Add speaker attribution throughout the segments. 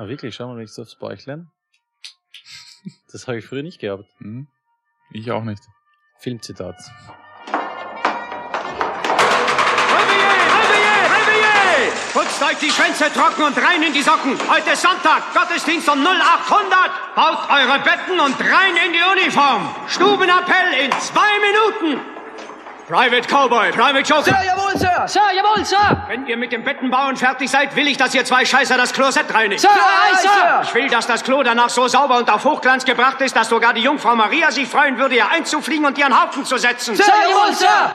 Speaker 1: Ah, wirklich? Schau mal nicht so aufs Bäuchlein. Das habe ich früher nicht gehabt.
Speaker 2: Ich auch nicht.
Speaker 1: Filmzitat.
Speaker 3: Putzt euch die Schwänze trocken und rein in die Socken. Heute ist Sonntag, Gottesdienst um 0800. Baut eure Betten und rein in die Uniform. Stubenappell in 2 Minuten. Private Cowboy, Private Joker.
Speaker 4: Sir, jawohl, Sir! Sir, jawohl, Sir!
Speaker 3: Wenn ihr mit dem Bettenbauen fertig seid, will ich, dass ihr 2 Scheißer das Klosett reinigt.
Speaker 4: Sir, aye, Sir!
Speaker 3: Ich will, dass das Klo danach so sauber und auf Hochglanz gebracht ist, dass sogar die Jungfrau Maria sich freuen würde, hier einzufliegen und ihren Haufen zu setzen.
Speaker 4: Sir, jawohl, Sir!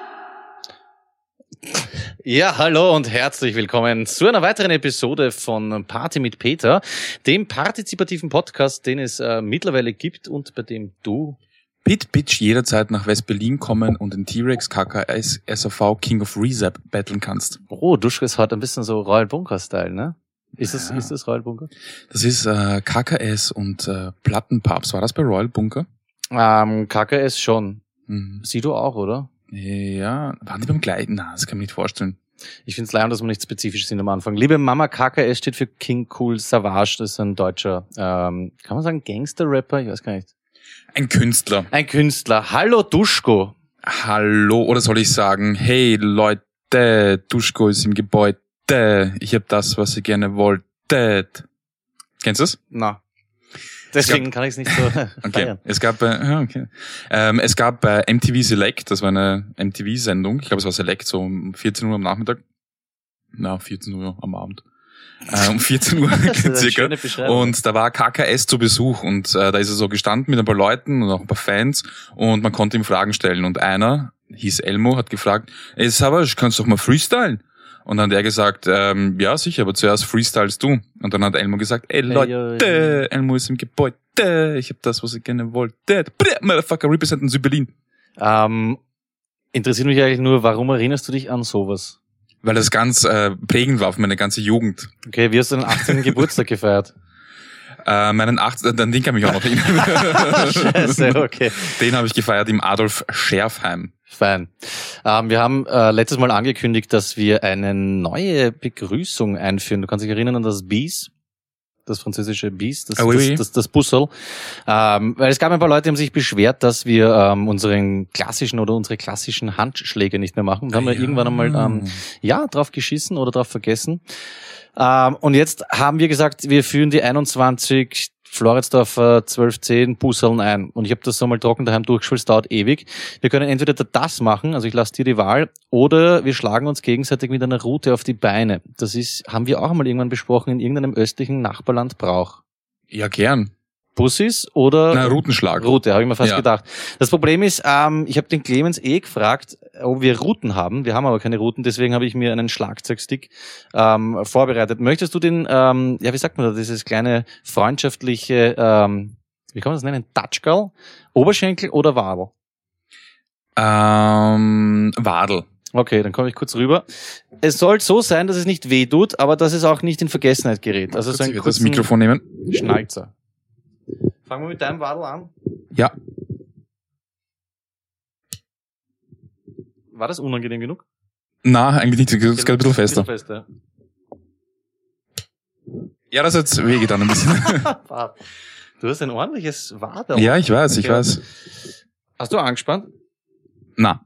Speaker 1: Ja, hallo und herzlich willkommen zu einer weiteren Episode von Party mit Peter, dem partizipativen Podcast, den es mittlerweile gibt und bei dem du
Speaker 2: Bitch jederzeit nach West-Berlin kommen und den T-Rex KKS SAV King of Rezap battlen kannst.
Speaker 1: Oh, Duschko ist heute ein bisschen so Royal Bunker-Style, ne? Ist das Royal Bunker?
Speaker 2: Das ist KKS und Plattenpapst. War das bei Royal Bunker?
Speaker 1: KKS schon. Sido auch, oder?
Speaker 2: Ja, waren die beim gleichen? Na, das kann ich mir nicht vorstellen.
Speaker 1: Ich finde es leid, dass wir nicht spezifisch sind am Anfang. Liebe Mama, KKS steht für King Cool Savage. Das ist ein deutscher, kann man sagen Gangster-Rapper? Ich weiß gar nicht.
Speaker 2: Ein Künstler.
Speaker 1: Ein Künstler. Hallo Duschko.
Speaker 2: Hallo, oder soll ich sagen, hey Leute, Duschko ist im Gebäude. Ich hab das, was ihr gerne wolltet. Kennst du das?
Speaker 1: Na. Deswegen kann ich es nicht so
Speaker 2: okay.
Speaker 1: feiern.
Speaker 2: Es gab MTV Select, das war eine MTV-Sendung. Ich glaube, es war Select, so um 14 Uhr am Nachmittag. Na, 14 Uhr am Abend. Um 14 Uhr circa. Und da war KKS zu Besuch und da ist er so gestanden mit ein paar Leuten und auch ein paar Fans und man konnte ihm Fragen stellen. Und einer, hieß Elmo, hat gefragt, ey Savage, kannst du doch mal freestylen? Und dann hat er gesagt, ja sicher, aber zuerst freestylst du. Und dann hat Elmo gesagt, ey Leute, Elmo ist im Gebäude, ich hab das, was ich gerne wollte. Motherfucker, representen Süd-Berlin.
Speaker 1: Interessiert mich eigentlich nur, warum erinnerst du dich an sowas?
Speaker 2: Weil das ganz prägend war für meine ganze Jugend.
Speaker 1: Okay, wie hast du deinen 18. Geburtstag gefeiert?
Speaker 2: Meinen 18. Den kann ich mich auch noch erinnern.
Speaker 1: Scheiße, okay.
Speaker 2: Den habe ich gefeiert im Adolf Scherfheim.
Speaker 1: Fein. Wir haben letztes Mal angekündigt, dass wir eine neue Begrüßung einführen. Du kannst dich erinnern an das Bis, das französische Bis, das Bussel. Weil es gab ein paar Leute, die haben sich beschwert, dass wir unsere klassischen Handschläge nicht mehr machen. Da haben wir irgendwann einmal drauf geschissen oder drauf vergessen. Und jetzt haben wir gesagt, wir führen die 21 Floridsdorfer 1210 Busseln ein. Und ich habe das so mal trocken daheim durchgespielt, es dauert ewig. Wir können entweder das machen, also ich lasse dir die Wahl, oder wir schlagen uns gegenseitig mit einer Rute auf die Beine. Das haben wir auch einmal irgendwann besprochen, in irgendeinem östlichen Nachbarland Brauch.
Speaker 2: Ja, gern.
Speaker 1: Bussis oder...
Speaker 2: Na, Rutenschlag.
Speaker 1: Rute, habe ich mir fast gedacht. Das Problem ist, ich habe den Clemens gefragt, ob wir Routen haben. Wir haben aber keine Routen, deswegen habe ich mir einen Schlagzeugstick vorbereitet. Möchtest du den, wie sagt man da, dieses kleine freundschaftliche, wie kann man das nennen, Touchgall? Oberschenkel oder Wadel?
Speaker 2: Wadel.
Speaker 1: Okay, dann komme ich kurz rüber. Es soll so sein, dass es nicht weh tut, aber dass es auch nicht in Vergessenheit gerät. Also so ein
Speaker 2: das Mikrofon nehmen.
Speaker 1: Schnalzer. Fangen wir mit deinem Wadel an.
Speaker 2: Ja.
Speaker 1: War das unangenehm genug?
Speaker 2: Na, eigentlich nicht. Das geht ein bisschen fester. Ja, das hat wehgetan ein bisschen.
Speaker 1: Du hast ein ordentliches Wadel.
Speaker 2: Ja, ich weiß.
Speaker 1: Hast du angespannt?
Speaker 2: Na.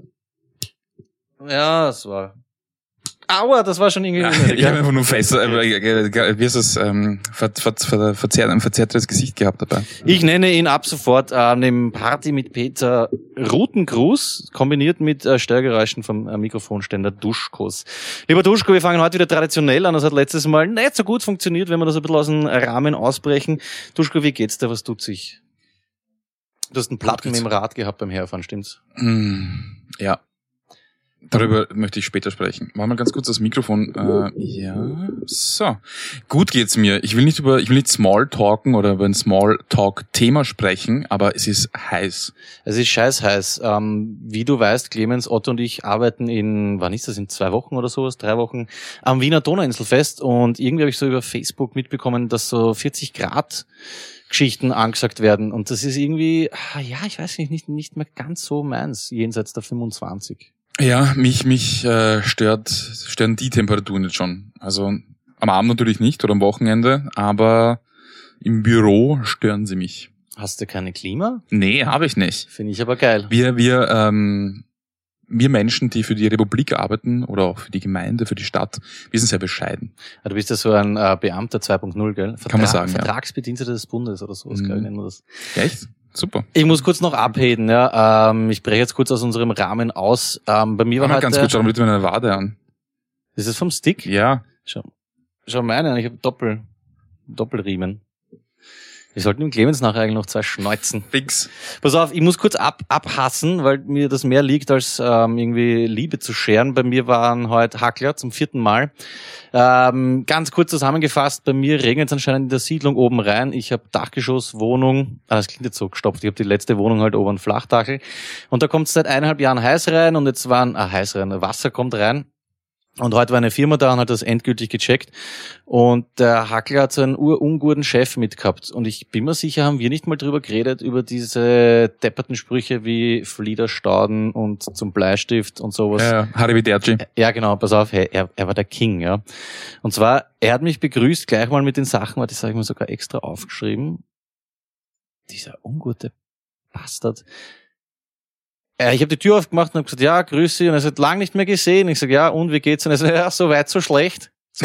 Speaker 1: Ja, das war... Aua, das war schon irgendwie...
Speaker 2: Ich habe einfach nur wie ist das, ein verzerrtes Gesicht gehabt dabei.
Speaker 1: Ich nenne ihn ab sofort dem Party mit Peter Rutengruß, kombiniert mit Störgeräuschen vom Mikrofonständer Duschkos. Lieber Duschko, wir fangen heute wieder traditionell an. Das hat letztes Mal nicht so gut funktioniert, wenn wir das ein bisschen aus dem Rahmen ausbrechen. Duschko, wie geht's dir? Was tut sich? Du hast einen Platten im Rad gehabt beim Herfahren, stimmt's?
Speaker 2: Ja. Darüber möchte ich später sprechen. Mach mal ganz kurz das Mikrofon. Ja, so. Gut geht's mir. Ich will nicht Smalltalken oder über ein Smalltalk-Thema sprechen, aber es ist heiß.
Speaker 1: Es ist scheiß heiß. Wie du weißt, Clemens, Otto und ich arbeiten in 2 Wochen oder sowas, 3 Wochen, am Wiener Donauinselfest und irgendwie habe ich so über Facebook mitbekommen, dass so 40 Grad Geschichten angesagt werden und das ist irgendwie, ich weiß nicht mehr ganz so meins, jenseits der 25.
Speaker 2: Ja, mich stören die Temperaturen jetzt schon. Also Am Abend natürlich nicht oder am Wochenende, aber im Büro stören sie mich.
Speaker 1: Hast du keine Klima?
Speaker 2: Nee, habe ich nicht.
Speaker 1: Finde ich aber geil.
Speaker 2: Wir Menschen, die für die Republik arbeiten oder auch für die Gemeinde, für die Stadt, wir sind sehr bescheiden.
Speaker 1: Ja, du bist ja so ein Beamter 2.0, gell?
Speaker 2: Kann man sagen,
Speaker 1: Vertragsbediensteter des Bundes oder sowas, glaube ich, nennen wir das.
Speaker 2: Echt? Super.
Speaker 1: Ich muss kurz noch abheben, ja. Ich breche jetzt kurz aus unserem Rahmen aus. Bei mir war heute...
Speaker 2: Ganz kurz, schau mal bitte meine Wade an.
Speaker 1: Ist das vom Stick?
Speaker 2: Ja.
Speaker 1: Schau meine an, ich habe Doppelriemen. Wir sollten dem Clemens nachher eigentlich noch 2 schneuzen.
Speaker 2: Fix.
Speaker 1: Pass auf, ich muss kurz abhassen, weil mir das mehr liegt, als irgendwie Liebe zu scheren. Bei mir waren heute Hackler zum 4. Mal. Ganz kurz zusammengefasst, bei mir regnet es anscheinend in der Siedlung oben rein. Ich habe Dachgeschosswohnung, das klingt jetzt so gestopft, ich habe die letzte Wohnung halt oben Flachdachel. Und da kommt es seit 1,5 Jahren heiß rein und jetzt Wasser kommt rein. Und heute war eine Firma da und hat das endgültig gecheckt. Und der Hackler hat so einen unguten Chef mitgehabt. Und ich bin mir sicher, haben wir nicht mal drüber geredet, über diese depperten Sprüche wie Fliederstauden und zum Bleistift und sowas.
Speaker 2: Ja, Arrivederci.
Speaker 1: Ja, genau, pass auf, er war der King, ja. Und zwar, er hat mich begrüßt gleich mal mit den Sachen, das habe ich mir sogar extra aufgeschrieben. Dieser ungute Bastard. Ich habe die Tür aufgemacht und habe gesagt, ja, grüß Sie. Und er sagt, lang nicht mehr gesehen. Ich sage, ja, und wie geht's? Und er sagt, ja, so weit, so schlecht. So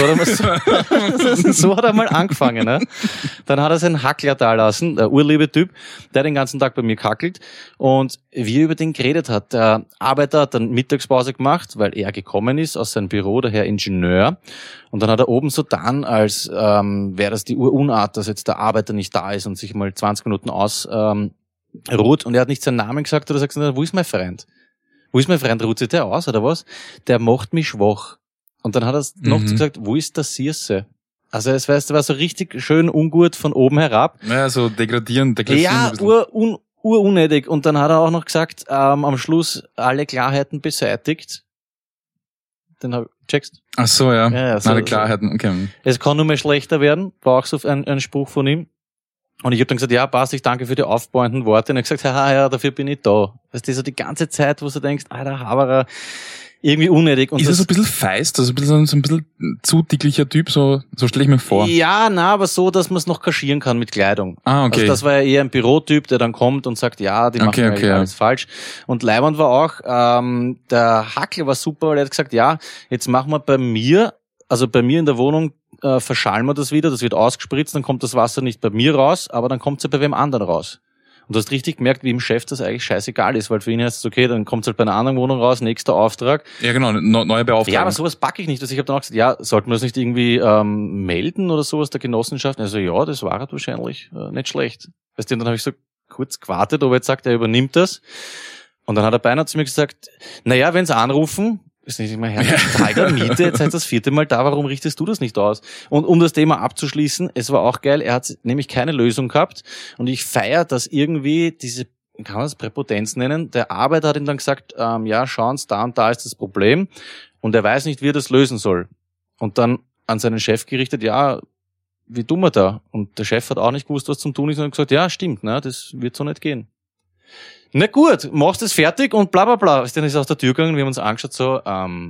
Speaker 1: hat er mal angefangen. Ne? Dann hat er seinen Hackler da lassen, der urliebe Typ, der den ganzen Tag bei mir kackelt. Und wie er über den geredet hat, der Arbeiter hat dann Mittagspause gemacht, weil er gekommen ist aus seinem Büro, der Herr Ingenieur. Und dann hat er oben so dann, als wäre das die Urunart, dass jetzt der Arbeiter nicht da ist und sich mal 20 Minuten ruht, und er hat nicht seinen Namen gesagt oder sagt, wo ist mein Freund? Wo ist mein Freund? Ruht sich der aus oder was? Der macht mich schwach. Und dann hat er noch gesagt, wo ist der Sirse? Also es war so richtig schön ungut von oben herab.
Speaker 2: Ja, so degradierend.
Speaker 1: Ja, unnötig. Und dann hat er auch noch gesagt, am Schluss alle Klarheiten beseitigt. Checkst?
Speaker 2: Ach so, ja.
Speaker 1: So,
Speaker 2: alle Klarheiten, okay.
Speaker 1: Es kann nur mehr schlechter werden, war auch so ein Spruch von ihm. Und ich habe dann gesagt, ja, passt, ich danke für die aufbauenden Worte. Und er hat gesagt, ja, dafür bin ich da. Weißt du, so die ganze Zeit, wo du denkst, der Haberer, irgendwie unnötig. Und
Speaker 2: ist er so ein bisschen feist, also so ein bisschen zu dicklicher Typ, so stelle ich mir vor.
Speaker 1: Ja, aber so, dass man es noch kaschieren kann mit Kleidung.
Speaker 2: Ah, okay.
Speaker 1: Also das war ja eher ein Bürotyp, der dann kommt und sagt, ja, die machen eigentlich alles falsch. Und Leiband war auch, der Hackl war super, weil er hat gesagt, ja, jetzt machen wir bei mir in der Wohnung, verschallen wir das wieder, das wird ausgespritzt, dann kommt das Wasser nicht bei mir raus, aber dann kommt es ja bei wem anderen raus. Und du hast richtig gemerkt, wie im Chef das eigentlich scheißegal ist, weil für ihn heißt es, okay, dann kommt es halt bei einer anderen Wohnung raus, nächster Auftrag.
Speaker 2: Ja, genau, neue Beauftragung.
Speaker 1: Ja, aber sowas packe ich nicht. Also ich habe dann auch gesagt, ja, sollten wir das nicht irgendwie melden oder sowas der Genossenschaft? Also ja, das war halt wahrscheinlich nicht schlecht. Weißt du, und dann habe ich so kurz gewartet, ob er jetzt sagt, er übernimmt das. Und dann hat er beinahe zu mir gesagt, naja, wenn sie anrufen, ist nicht immer Tiger Miete, jetzt heißt das 4. Mal da, warum richtest du das nicht aus? Und um das Thema abzuschließen, es war auch geil, er hat nämlich keine Lösung gehabt und ich feiere, dass irgendwie diese, kann man das Präpotenz nennen, der Arbeiter hat ihm dann gesagt, ja, schauen Sie, da und da ist das Problem und er weiß nicht, wie er das lösen soll. Und dann an seinen Chef gerichtet, ja, wie tun wir da? Und der Chef hat auch nicht gewusst, was zum tun ist und hat gesagt, ja, stimmt, ne, das wird so nicht gehen. Na gut, machst es fertig und bla bla bla. Dann ist er aus der Tür gegangen, wir haben uns angeschaut, so,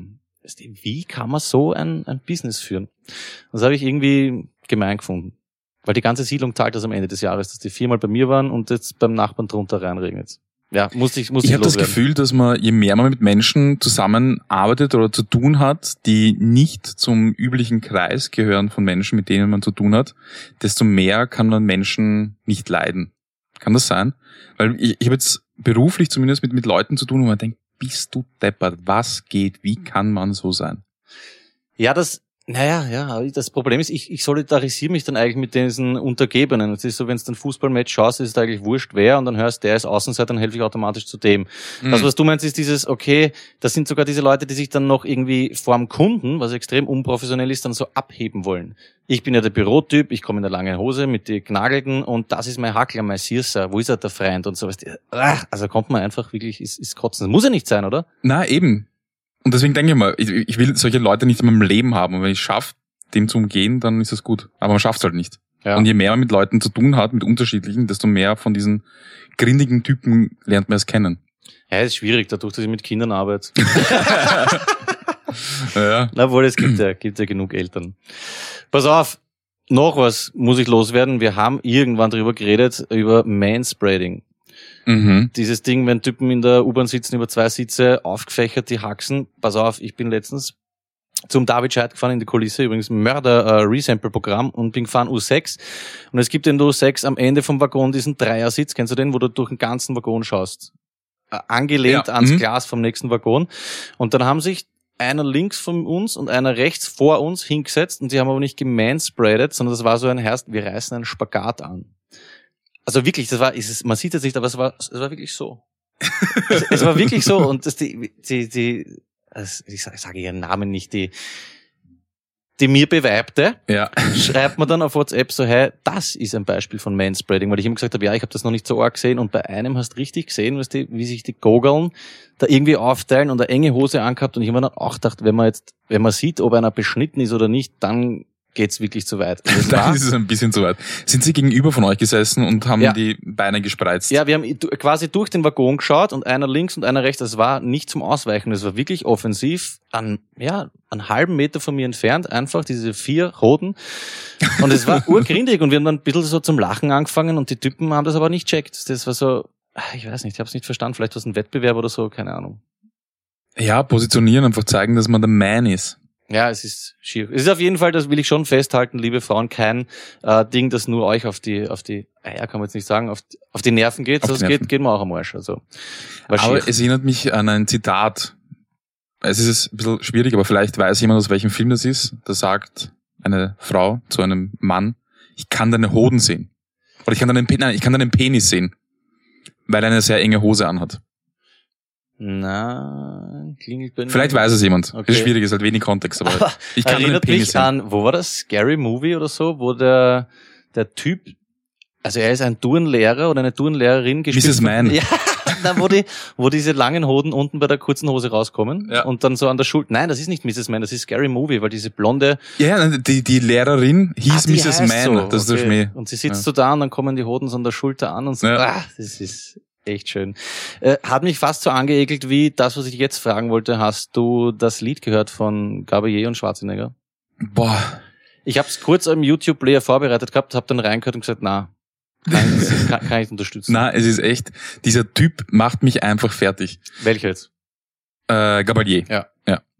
Speaker 1: wie kann man so ein Business führen? Das habe ich irgendwie gemein gefunden. Weil die ganze Siedlung zahlt das am Ende des Jahres, dass die 4-mal bei mir waren und jetzt beim Nachbarn drunter reinregnet. Ja, muss ich
Speaker 2: habe das Gefühl, dass je mehr man mit Menschen zusammenarbeitet oder zu tun hat, die nicht zum üblichen Kreis gehören von Menschen, mit denen man zu tun hat, desto mehr kann man Menschen nicht leiden. Kann das sein? Weil ich habe jetzt beruflich zumindest mit Leuten zu tun, wo man denkt, bist du deppert, was geht, wie kann man so sein?
Speaker 1: Ja, das Problem ist, ich solidarisiere mich dann eigentlich mit diesen Untergebenen. Es ist so, wenn du ein Fußballmatch schaust, ist es eigentlich wurscht wer und dann hörst, der ist Außenseiter, dann helfe ich automatisch zu dem. Das, was du meinst, ist dieses, okay, das sind sogar diese Leute, die sich dann noch irgendwie vorm Kunden, was extrem unprofessionell ist, dann so abheben wollen. Ich bin ja der Bürotyp, ich komme in der langen Hose mit den Knagelten und das ist mein Hackler, mein Sirser, wo ist er, der Freund und sowas. Also kommt man einfach wirklich, ist kotzen. Das muss ja nicht sein, oder?
Speaker 2: Na, eben. Und deswegen denke ich mal, ich will solche Leute nicht in meinem Leben haben. Und wenn ich es schaffe, dem zu umgehen, dann ist das gut. Aber man schafft es halt nicht. Ja. Und je mehr man mit Leuten zu tun hat, mit unterschiedlichen, desto mehr von diesen grindigen Typen lernt man es kennen.
Speaker 1: Ja, ist schwierig, dadurch, dass ich mit Kindern arbeite.
Speaker 2: Ja.
Speaker 1: Na wohl, es gibt ja genug Eltern. Pass auf, noch was muss ich loswerden. Wir haben irgendwann drüber geredet, über Manspreading.
Speaker 2: Mhm.
Speaker 1: Dieses Ding, wenn Typen in der U-Bahn sitzen, über 2 Sitze, aufgefächert, die Haxen. Pass auf, ich bin letztens zum David Scheid gefahren in die Kulisse, übrigens Mörder-Resample-Programm, und bin gefahren U6. Und es gibt in der U6 am Ende vom Waggon diesen Dreiersitz, kennst du den, wo du durch den ganzen Waggon schaust? Angelehnt ans Glas vom nächsten Waggon. Und dann haben sich einer links von uns und einer rechts vor uns hingesetzt, und die haben aber nicht gemanspreadet, sondern das war so ein Herst, wir reißen einen Spagat an. Also wirklich, man sieht es nicht, aber es war wirklich so. Es war wirklich so, und das ich sage ihren Namen nicht, die mir beweibte, schreibt man dann auf WhatsApp so, hey, das ist ein Beispiel von Manspreading, weil ich immer gesagt habe, ja, ich habe das noch nicht so arg gesehen, und bei einem hast du richtig gesehen, wie sich die Gogeln da irgendwie aufteilen und eine enge Hose angehabt, und ich habe mir dann auch gedacht, wenn man sieht, ob einer beschnitten ist oder nicht, dann geht's wirklich zu weit.
Speaker 2: Dann ist es ein bisschen zu weit. Sind Sie gegenüber von euch gesessen und haben die Beine gespreizt?
Speaker 1: Ja, wir haben quasi durch den Waggon geschaut, und einer links und einer rechts. Das war nicht zum Ausweichen. Das war wirklich offensiv einen halben Meter von mir entfernt. Einfach diese 4 Hoden. Und es war urgrindig, und wir haben dann ein bisschen so zum Lachen angefangen, und die Typen haben das aber nicht checkt. Das war so, ich weiß nicht, ich habe es nicht verstanden. Vielleicht war es ein Wettbewerb oder so, keine Ahnung.
Speaker 2: Ja, positionieren, einfach zeigen, dass man der Man ist.
Speaker 1: Ja, es ist schier. Es ist auf jeden Fall, das will ich schon festhalten, liebe Frauen, kein Ding, das nur euch auf die Eier, kann man jetzt nicht sagen, auf die Nerven geht, sondern es geht mir auch am Arsch. Also,
Speaker 2: aber es erinnert mich an ein Zitat. Es ist ein bisschen schwierig, aber vielleicht weiß jemand, aus welchem Film das ist. Da sagt eine Frau zu einem Mann, ich kann deine Hoden sehen. Oder ich kann deinen Penis sehen. Weil er eine sehr enge Hose anhat.
Speaker 1: Na, klingelt bei mir.
Speaker 2: Vielleicht weiß es jemand. Okay. Ist schwierig, ist halt wenig Kontext, aber ich kann
Speaker 1: erinnert den Penis mich an, wo war das? Scary Movie oder so, wo der Typ, also er ist ein Turnlehrer oder eine Turnlehrerin gespielt.
Speaker 2: Mrs. Man.
Speaker 1: Ja, wo diese langen Hoden unten bei der kurzen Hose rauskommen und dann so an der Schulter. Nein, das ist nicht Mrs. Man, das ist Scary Movie, weil diese blonde.
Speaker 2: Ja, die Lehrerin hieß Mrs. Man,
Speaker 1: so.
Speaker 2: Das ist der Schmäh.
Speaker 1: Und sie sitzt so da, und dann kommen die Hoden so an der Schulter an, und so, das ist echt schön. Hat mich fast so angeekelt wie das, was ich jetzt fragen wollte. Hast du das Lied gehört von Gabriel und Schwarzenegger?
Speaker 2: Boah.
Speaker 1: Ich habe es kurz im YouTube-Player vorbereitet gehabt, habe dann reingehört und gesagt, kann ich unterstützen.
Speaker 2: Na, es ist echt, dieser Typ macht mich einfach fertig.
Speaker 1: Welcher jetzt?
Speaker 2: Gabalier.
Speaker 1: Ja.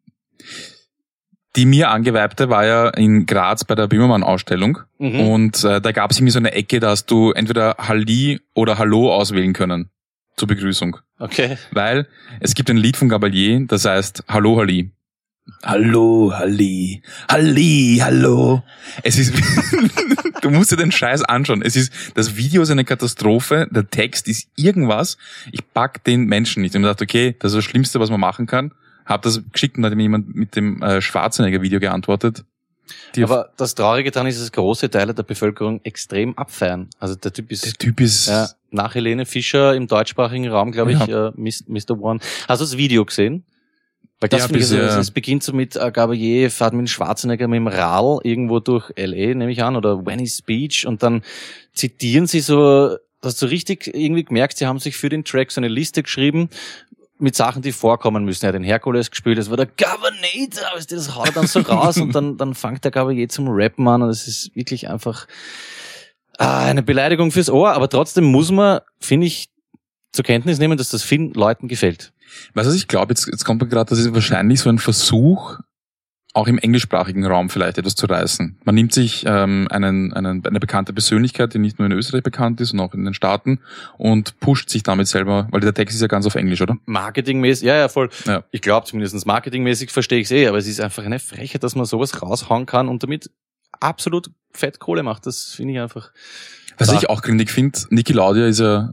Speaker 2: Die mir angeweibte war ja in Graz bei der Böhmermann-Ausstellung. Und da gab es irgendwie so eine Ecke, da hast du entweder Halli oder Hallo auswählen können zur Begrüßung.
Speaker 1: Okay.
Speaker 2: Weil es gibt ein Lied von Gabalier, das heißt Hallo Halli. Hallo Halli, Halli, hallo. Es ist, du musst dir den Scheiß anschauen. Das Video ist eine Katastrophe, der Text ist irgendwas. Ich pack den Menschen nicht. Und ich dachte, okay, das ist das Schlimmste, was man machen kann. Hab das geschickt, und hat mir jemand mit dem Schwarzenegger-Video geantwortet.
Speaker 1: Aber das Traurige daran ist, dass große Teile der Bevölkerung extrem abfeiern. Also der Typ ist nach Helene Fischer im deutschsprachigen Raum, glaube ich, Mr. One. Hast du das Video gesehen? Weil das finde ich, es beginnt so mit Gabriel fährt mit Schwarzenegger mit dem Rad irgendwo durch L.A., nehme ich an, oder Venice Beach, und dann zitieren sie so, dass du richtig irgendwie gemerkt, sie haben sich für den Track so eine Liste geschrieben mit Sachen, die vorkommen müssen. Er hat den Herkules gespielt, das war der Governator, das haut dann so raus, und dann fängt der Gabriel zum Rappen an, und es ist wirklich einfach eine Beleidigung fürs Ohr, aber trotzdem muss man, finde ich, zur Kenntnis nehmen, dass das vielen Leuten gefällt.
Speaker 2: Weißt du, ich glaube, jetzt kommt mir gerade, das ist wahrscheinlich so ein Versuch, auch im englischsprachigen Raum vielleicht etwas zu reißen. Man nimmt sich eine bekannte Persönlichkeit, die nicht nur in Österreich bekannt ist, sondern auch in den Staaten, und pusht sich damit selber, weil der Text ist ja ganz auf Englisch, oder?
Speaker 1: Marketingmäßig, ja, voll. Ja. Ich glaube zumindest marketingmäßig verstehe ich es aber es ist einfach eine Frechheit, dass man sowas raushauen kann und damit absolut fett Kohle macht. Das finde ich einfach.
Speaker 2: Was ich auch grindig finde, Niki Lauda ist ja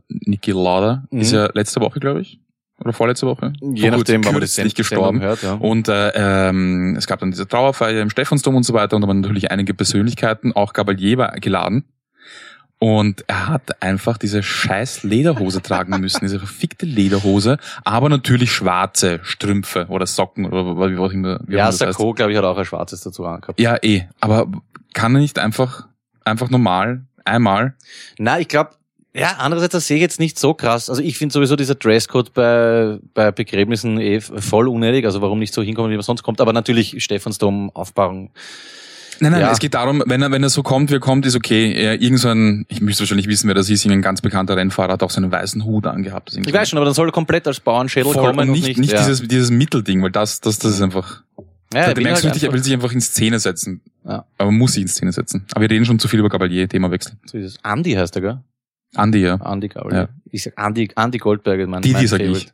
Speaker 2: letzte Woche, glaube ich. Oder vorletzte Woche?
Speaker 1: Je nachdem, wann man das
Speaker 2: nicht gestorben
Speaker 1: hört, ja.
Speaker 2: Und es gab dann diese Trauerfeier im Stephansdom und so weiter, und da waren natürlich einige Persönlichkeiten, auch Gabalier war geladen. Und er hat einfach diese scheiß Lederhose tragen müssen, diese verfickte Lederhose, aber natürlich schwarze Strümpfe oder Socken oder wie auch immer.
Speaker 1: Ja, Sakko, glaube ich, hat auch ein schwarzes dazu angehabt.
Speaker 2: Ja, aber kann er nicht einfach normal, einmal?
Speaker 1: Na, ich glaube, ja, andererseits, das sehe ich jetzt nicht so krass. Also ich finde sowieso dieser Dresscode bei Begräbnissen voll unnötig. Also warum nicht so hinkommen, wie man sonst kommt. Aber natürlich Stephansdom, Aufbauung.
Speaker 2: Nein, es geht darum, wenn er so kommt, wie er kommt, ist okay. Ich müsste wahrscheinlich wissen, wer das ist, ein ganz bekannter Rennfahrer, hat auch so einen weißen Hut angehabt.
Speaker 1: Ich weiß schon, aber dann soll er komplett als Bauernschädel kommen
Speaker 2: und nicht dieses Mittelding, weil das ist einfach... Ja, du merkst richtig, er will sich einfach in Szene setzen. Ja. Aber muss sich in Szene setzen. Aber wir reden schon zu viel über Gabalier, Themawechsel.
Speaker 1: So ist es. Andi heißt er, gell?
Speaker 2: Andi, ja.
Speaker 1: Andi Gabalier. Ja. Ich sag Andi Goldberger, mein
Speaker 2: sag ich.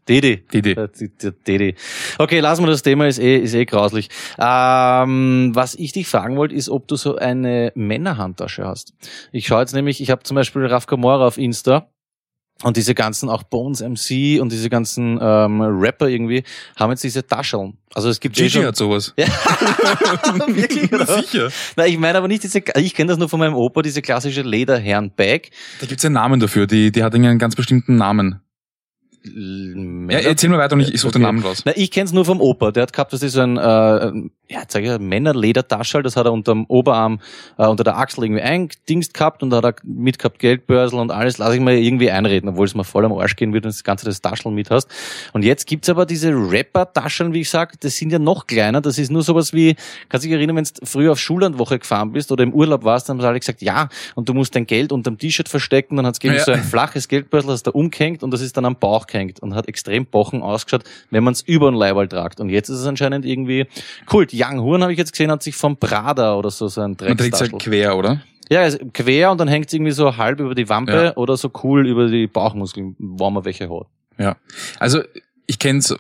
Speaker 1: Didi. Okay, lassen wir das Thema, ist eh grauslich. Was ich dich fragen wollte, ist, ob du so eine Männerhandtasche hast. Ich schaue jetzt nämlich, ich habe zum Beispiel Raf Kamora auf Insta. Und diese ganzen, auch Bones MC und diese ganzen Rapper irgendwie, haben jetzt diese Tascheln. Also es gibt
Speaker 2: Gigi hat sowas.
Speaker 1: Ja. Wirklich, oder?
Speaker 2: Sicher.
Speaker 1: Na, ich meine aber nicht ich kenne das nur von meinem Opa, diese klassische Lederherren-Bag.
Speaker 2: Da gibt's einen Namen dafür, die hat einen ganz bestimmten Namen. Erzähl mal weiter und ich suche den Namen raus.
Speaker 1: Na, ich kenn's nur vom Opa. Der hat gehabt, das ist so ein Männerledertaschel, das hat er unterm Oberarm, unter der Achsel irgendwie eingedingst gehabt und da hat er mitgehabt Geldbörsel und alles. Lass ich mal irgendwie einreden, obwohl es mir voll am Arsch gehen wird, wenn du das ganze Taschel mit hast. Und jetzt gibt's aber diese Rapper-Tascheln, wie ich sag, das sind ja noch kleiner. Das ist nur sowas wie, kannst du dich erinnern, wenn du früher auf Schullandwoche gefahren bist oder im Urlaub warst, dann haben sie alle gesagt, ja, und du musst dein Geld unterm T-Shirt verstecken, dann hat's gegeben so ein flaches Geldbörsel, das da umgehängt und das ist dann am Bauch gehängt und hat extrem bochen ausgeschaut, wenn man es über den Leiberl tragt. Und jetzt ist es anscheinend irgendwie Kult. Young Horn, habe ich jetzt gesehen, hat sich vom Prada oder so ein Dreckstaschel.
Speaker 2: Man trägt es halt quer, oder?
Speaker 1: Ja, also quer und dann hängt es irgendwie so halb über die Wampe oder so cool über die Bauchmuskeln, wo man welche hat.
Speaker 2: Ja, also ich kenn's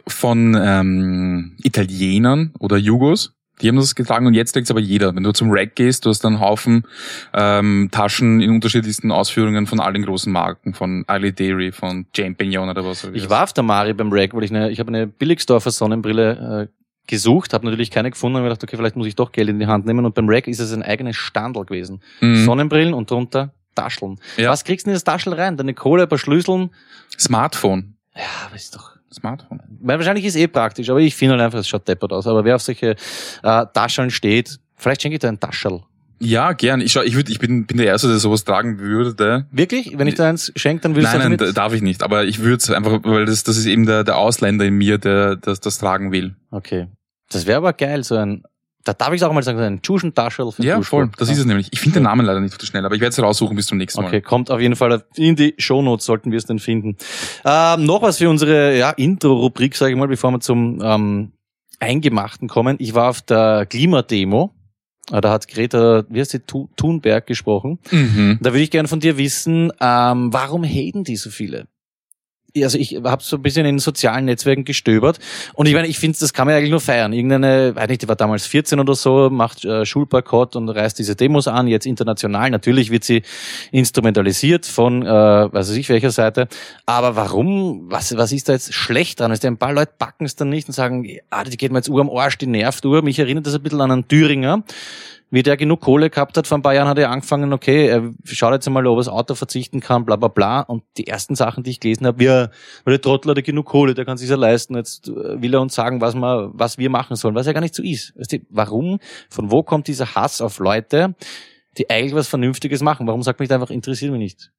Speaker 2: von Italienern oder Jugos. Die haben das getragen und jetzt trägt's aber jeder. Wenn du zum Rack gehst, du hast einen Haufen Taschen in unterschiedlichsten Ausführungen von all den großen Marken, von Ali Dairy, von Champignon oder was.
Speaker 1: Ich war auf der Mari beim Rack, weil ich habe eine Billigsdorfer Sonnenbrille gesucht, habe natürlich keine gefunden und mir gedacht, okay, vielleicht muss ich doch Geld in die Hand nehmen und beim Rack ist es ein eigenes Standel gewesen. Sonnenbrillen und drunter Tascheln. Ja. Was kriegst du in das Taschel rein? Deine Kohle, ein paar Schlüsseln?
Speaker 2: Smartphone.
Speaker 1: Ja, aber ist doch...
Speaker 2: Smartphone.
Speaker 1: Weil wahrscheinlich ist praktisch, aber ich finde halt einfach, es schaut deppert aus. Aber wer auf solche Tascheln steht, vielleicht schenke ich dir ein Taschel.
Speaker 2: Ja, gern. Ich bin der Erste, der sowas tragen würde.
Speaker 1: Wirklich? Wenn ich da eins schenke, dann willst du
Speaker 2: Nein, darf ich nicht. Aber ich würde es einfach, weil das ist eben der Ausländer in mir, der das tragen will.
Speaker 1: Okay. Das wäre aber geil, da darf ich auch mal sagen, so ein Tschuschentaschel für
Speaker 2: Ja, voll. Das ist es nämlich. Ich finde den Namen leider nicht so schnell, aber ich werde es raussuchen bis zum nächsten Mal.
Speaker 1: Okay, kommt auf jeden Fall in die Shownotes, sollten wir es denn finden. Noch was für unsere Intro-Rubrik, sage ich mal, bevor wir zum Eingemachten kommen. Ich war auf der Klimademo. Da hat Greta, Thunberg gesprochen. Da würde ich gerne von dir wissen, warum haten die so viele? Also ich habe so ein bisschen in den sozialen Netzwerken gestöbert und ich meine, ich finde, das kann man eigentlich nur feiern. Irgendeine, weiß nicht, die war damals 14 oder so, macht Schulboykott und reißt diese Demos an, jetzt international. Natürlich wird sie instrumentalisiert von, weiß ich welcher Seite. Aber warum, was ist da jetzt schlecht dran? Also ein paar Leute packen es dann nicht und sagen, die geht mir jetzt am Arsch, die nervt. Mich erinnert das ein bisschen an einen Thüringer. Wie der genug Kohle gehabt hat, vor ein paar Jahren hat er angefangen, okay, er schaut jetzt einmal, ob er das Auto verzichten kann, bla bla bla. Und die ersten Sachen, die ich gelesen habe, weil der Trottel hat genug Kohle, der kann sich ja leisten, jetzt will er uns sagen, was wir machen sollen, was ja gar nicht so ist. Weißt du, warum, von wo kommt dieser Hass auf Leute, die eigentlich was Vernünftiges machen? Warum sagt man nicht einfach, interessiert mich nicht?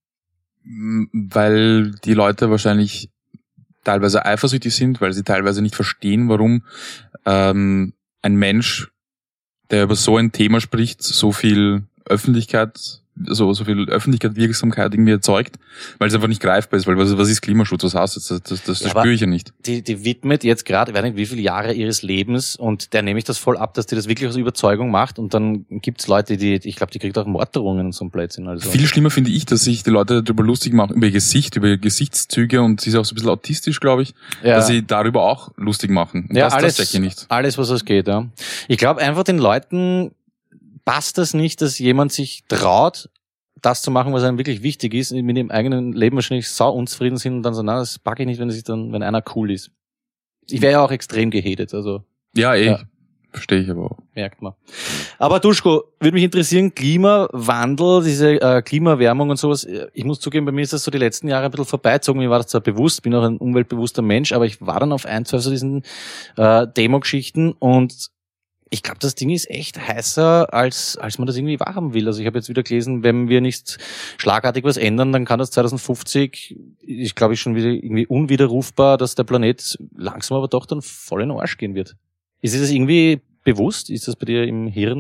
Speaker 2: Weil die Leute wahrscheinlich teilweise eifersüchtig sind, weil sie teilweise nicht verstehen, warum ein Mensch, der über so ein Thema spricht, so viel Öffentlichkeit, so viel Öffentlichkeitswirksamkeit irgendwie erzeugt, weil es einfach nicht greifbar ist, weil was ist Klimaschutz, was heißt das spüre ich ja nicht.
Speaker 1: Die widmet jetzt gerade, ich weiß nicht, wie viele Jahre ihres Lebens und der nehme ich das voll ab, dass die das wirklich aus Überzeugung macht und dann gibt's Leute, ich glaube, die kriegt auch Morddrohungen und so ein Blödsinn. Also.
Speaker 2: Viel schlimmer finde ich, dass sich die Leute darüber lustig machen, über ihr Gesicht, über ihre Gesichtszüge und sie ist auch so ein bisschen autistisch, glaube ich, dass sie darüber auch lustig machen. Und das check ich nicht.
Speaker 1: Alles, was es geht, ja. Ich glaube einfach, den Leuten passt das nicht, dass jemand sich traut, das zu machen, was einem wirklich wichtig ist, mit dem eigenen Leben wahrscheinlich sau unzufrieden sind und dann so, das packe ich nicht, wenn einer cool ist. Ich wäre ja auch extrem gehatet, also.
Speaker 2: Ja, verstehe ich aber auch.
Speaker 1: Merkt man. Aber Duschko, würde mich interessieren, Klimawandel, diese Klimaerwärmung und sowas, ich muss zugeben, bei mir ist das so die letzten Jahre ein bisschen vorbeizogen, mir war das zwar bewusst, bin auch ein umweltbewusster Mensch, aber ich war dann auf ein, zwei so diesen Demo-Geschichten und ich glaube, das Ding ist echt heißer, als man das irgendwie wahrhaben will. Also ich habe jetzt wieder gelesen, wenn wir nicht schlagartig was ändern, dann kann das 2050, ich glaube, schon wieder irgendwie unwiderrufbar, dass der Planet langsam aber doch dann voll in den Arsch gehen wird. Ist dir das irgendwie bewusst? Ist das bei dir im Hirn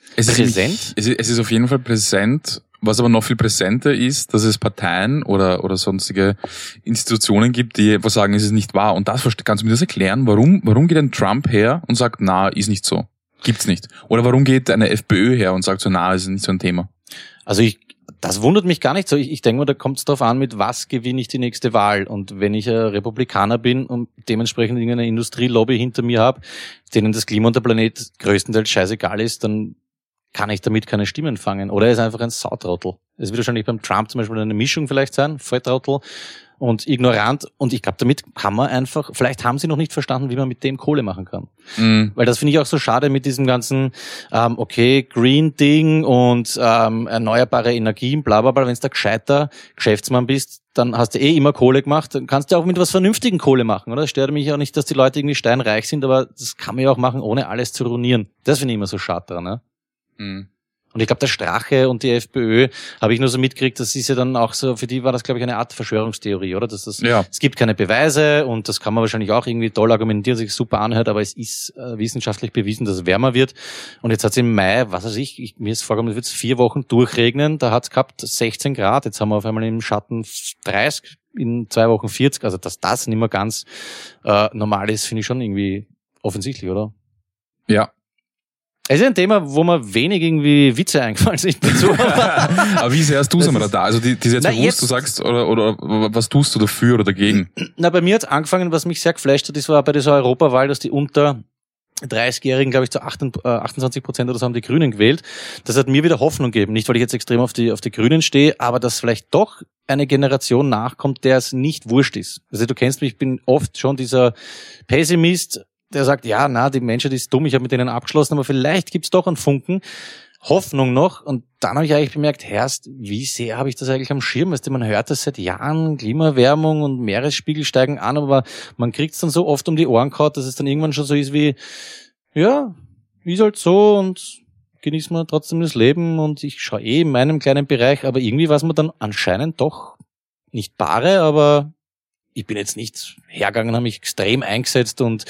Speaker 1: präsent?
Speaker 2: Es ist auf jeden Fall präsent. Was aber noch viel präsenter ist, dass es Parteien oder sonstige Institutionen gibt, die einfach sagen, es ist nicht wahr. Und kannst du mir das erklären? Warum geht ein Trump her und sagt, na, ist nicht so? Gibt's nicht. Oder warum geht eine FPÖ her und sagt so, na, ist nicht so ein Thema?
Speaker 1: Also das wundert mich gar nicht so. Ich denke mal, da kommt es darauf an, mit was gewinne ich die nächste Wahl. Und wenn ich ein Republikaner bin und dementsprechend irgendeine Industrielobby hinter mir habe, denen das Klima und der Planet größtenteils scheißegal ist, dann kann ich damit keine Stimmen fangen. Oder er ist einfach ein Sautrottel. Es wird wahrscheinlich beim Trump zum Beispiel eine Mischung vielleicht sein, Volltrottel und ignorant. Und ich glaube, damit kann man einfach, vielleicht haben sie noch nicht verstanden, wie man mit dem Kohle machen kann. Weil das finde ich auch so schade mit diesem ganzen, Green-Ding und erneuerbare Energien, bla bla bla. Wenn du da gescheiter Geschäftsmann bist, dann hast du immer Kohle gemacht, dann kannst du auch mit was vernünftigen Kohle machen, oder? Das stört mich auch nicht, dass die Leute irgendwie steinreich sind, aber das kann man ja auch machen, ohne alles zu ruinieren. Das finde ich immer so schade dran, ne? Und ich glaube, der Strache und die FPÖ habe ich nur so mitgekriegt, das ist ja dann auch so, für die war das, glaube ich, eine Art Verschwörungstheorie, oder? Dass es gibt keine Beweise und das kann man wahrscheinlich auch irgendwie toll argumentieren, sich super anhört, aber es ist wissenschaftlich bewiesen, dass es wärmer wird. Und jetzt hat es im Mai, was weiß ich, mir ist vorgekommen, es wird 4 Wochen durchregnen, da hat es gehabt 16 Grad, jetzt haben wir auf einmal im Schatten 30, in 2 Wochen 40, also dass das nicht mehr ganz normal ist, finde ich schon irgendwie offensichtlich, oder?
Speaker 2: Ja.
Speaker 1: Es ist ein Thema, wo mir wenig irgendwie Witze eingefallen sind dazu.
Speaker 2: Aber wie sehr hast du es einmal da? Also die ist jetzt bewusst, du sagst, oder was tust du dafür oder dagegen?
Speaker 1: Na, bei mir hat es angefangen, was mich sehr geflasht hat, das war bei dieser Europawahl, dass die unter 30-Jährigen, glaube ich, zu 28% oder so haben die Grünen gewählt. Das hat mir wieder Hoffnung gegeben. Nicht, weil ich jetzt extrem auf die Grünen stehe, aber dass vielleicht doch eine Generation nachkommt, der es nicht wurscht ist. Also du kennst mich, ich bin oft schon dieser Pessimist, der sagt, ja, na, die Menschheit ist dumm, ich habe mit denen abgeschlossen, aber vielleicht gibt's doch einen Funken Hoffnung noch. Und dann habe ich eigentlich bemerkt, Herrst, wie sehr habe ich das eigentlich am Schirm? Weißt du, man hört das seit Jahren, Klimaerwärmung und Meeresspiegel steigen an, aber man kriegt's dann so oft um die Ohren gehauen, dass es dann irgendwann schon so ist wie, ja, ist halt so und genießen wir trotzdem das Leben und ich schaue in meinem kleinen Bereich, aber irgendwie war es mir dann anscheinend doch nicht bare, aber ich bin jetzt nicht hergegangen, habe mich extrem eingesetzt und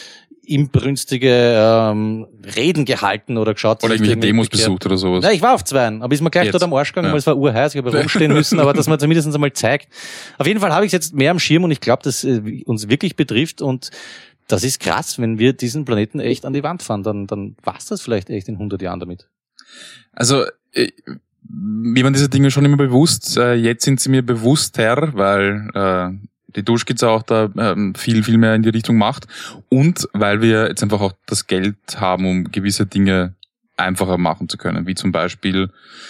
Speaker 1: inbrünstige Reden gehalten oder geschaut.
Speaker 2: Oder irgendwelche Demos besucht oder sowas.
Speaker 1: Nein, ich war auf 2, aber ist mir gleich dort am Arsch gegangen, weil es war urheiß, ich habe rumstehen müssen, aber dass man zumindest einmal zeigt. Auf jeden Fall habe ich es jetzt mehr am Schirm und ich glaube, dass uns wirklich betrifft und das ist krass, wenn wir diesen Planeten echt an die Wand fahren, dann war's das vielleicht echt in 100 Jahren damit.
Speaker 2: Also, mir waren diese Dinge schon immer bewusst, jetzt sind sie mir bewusster, weil die Duschkizze auch da viel mehr in die Richtung macht und weil wir jetzt einfach auch das Geld haben, um gewisse Dinge einfacher machen zu können, wie zum Beispiel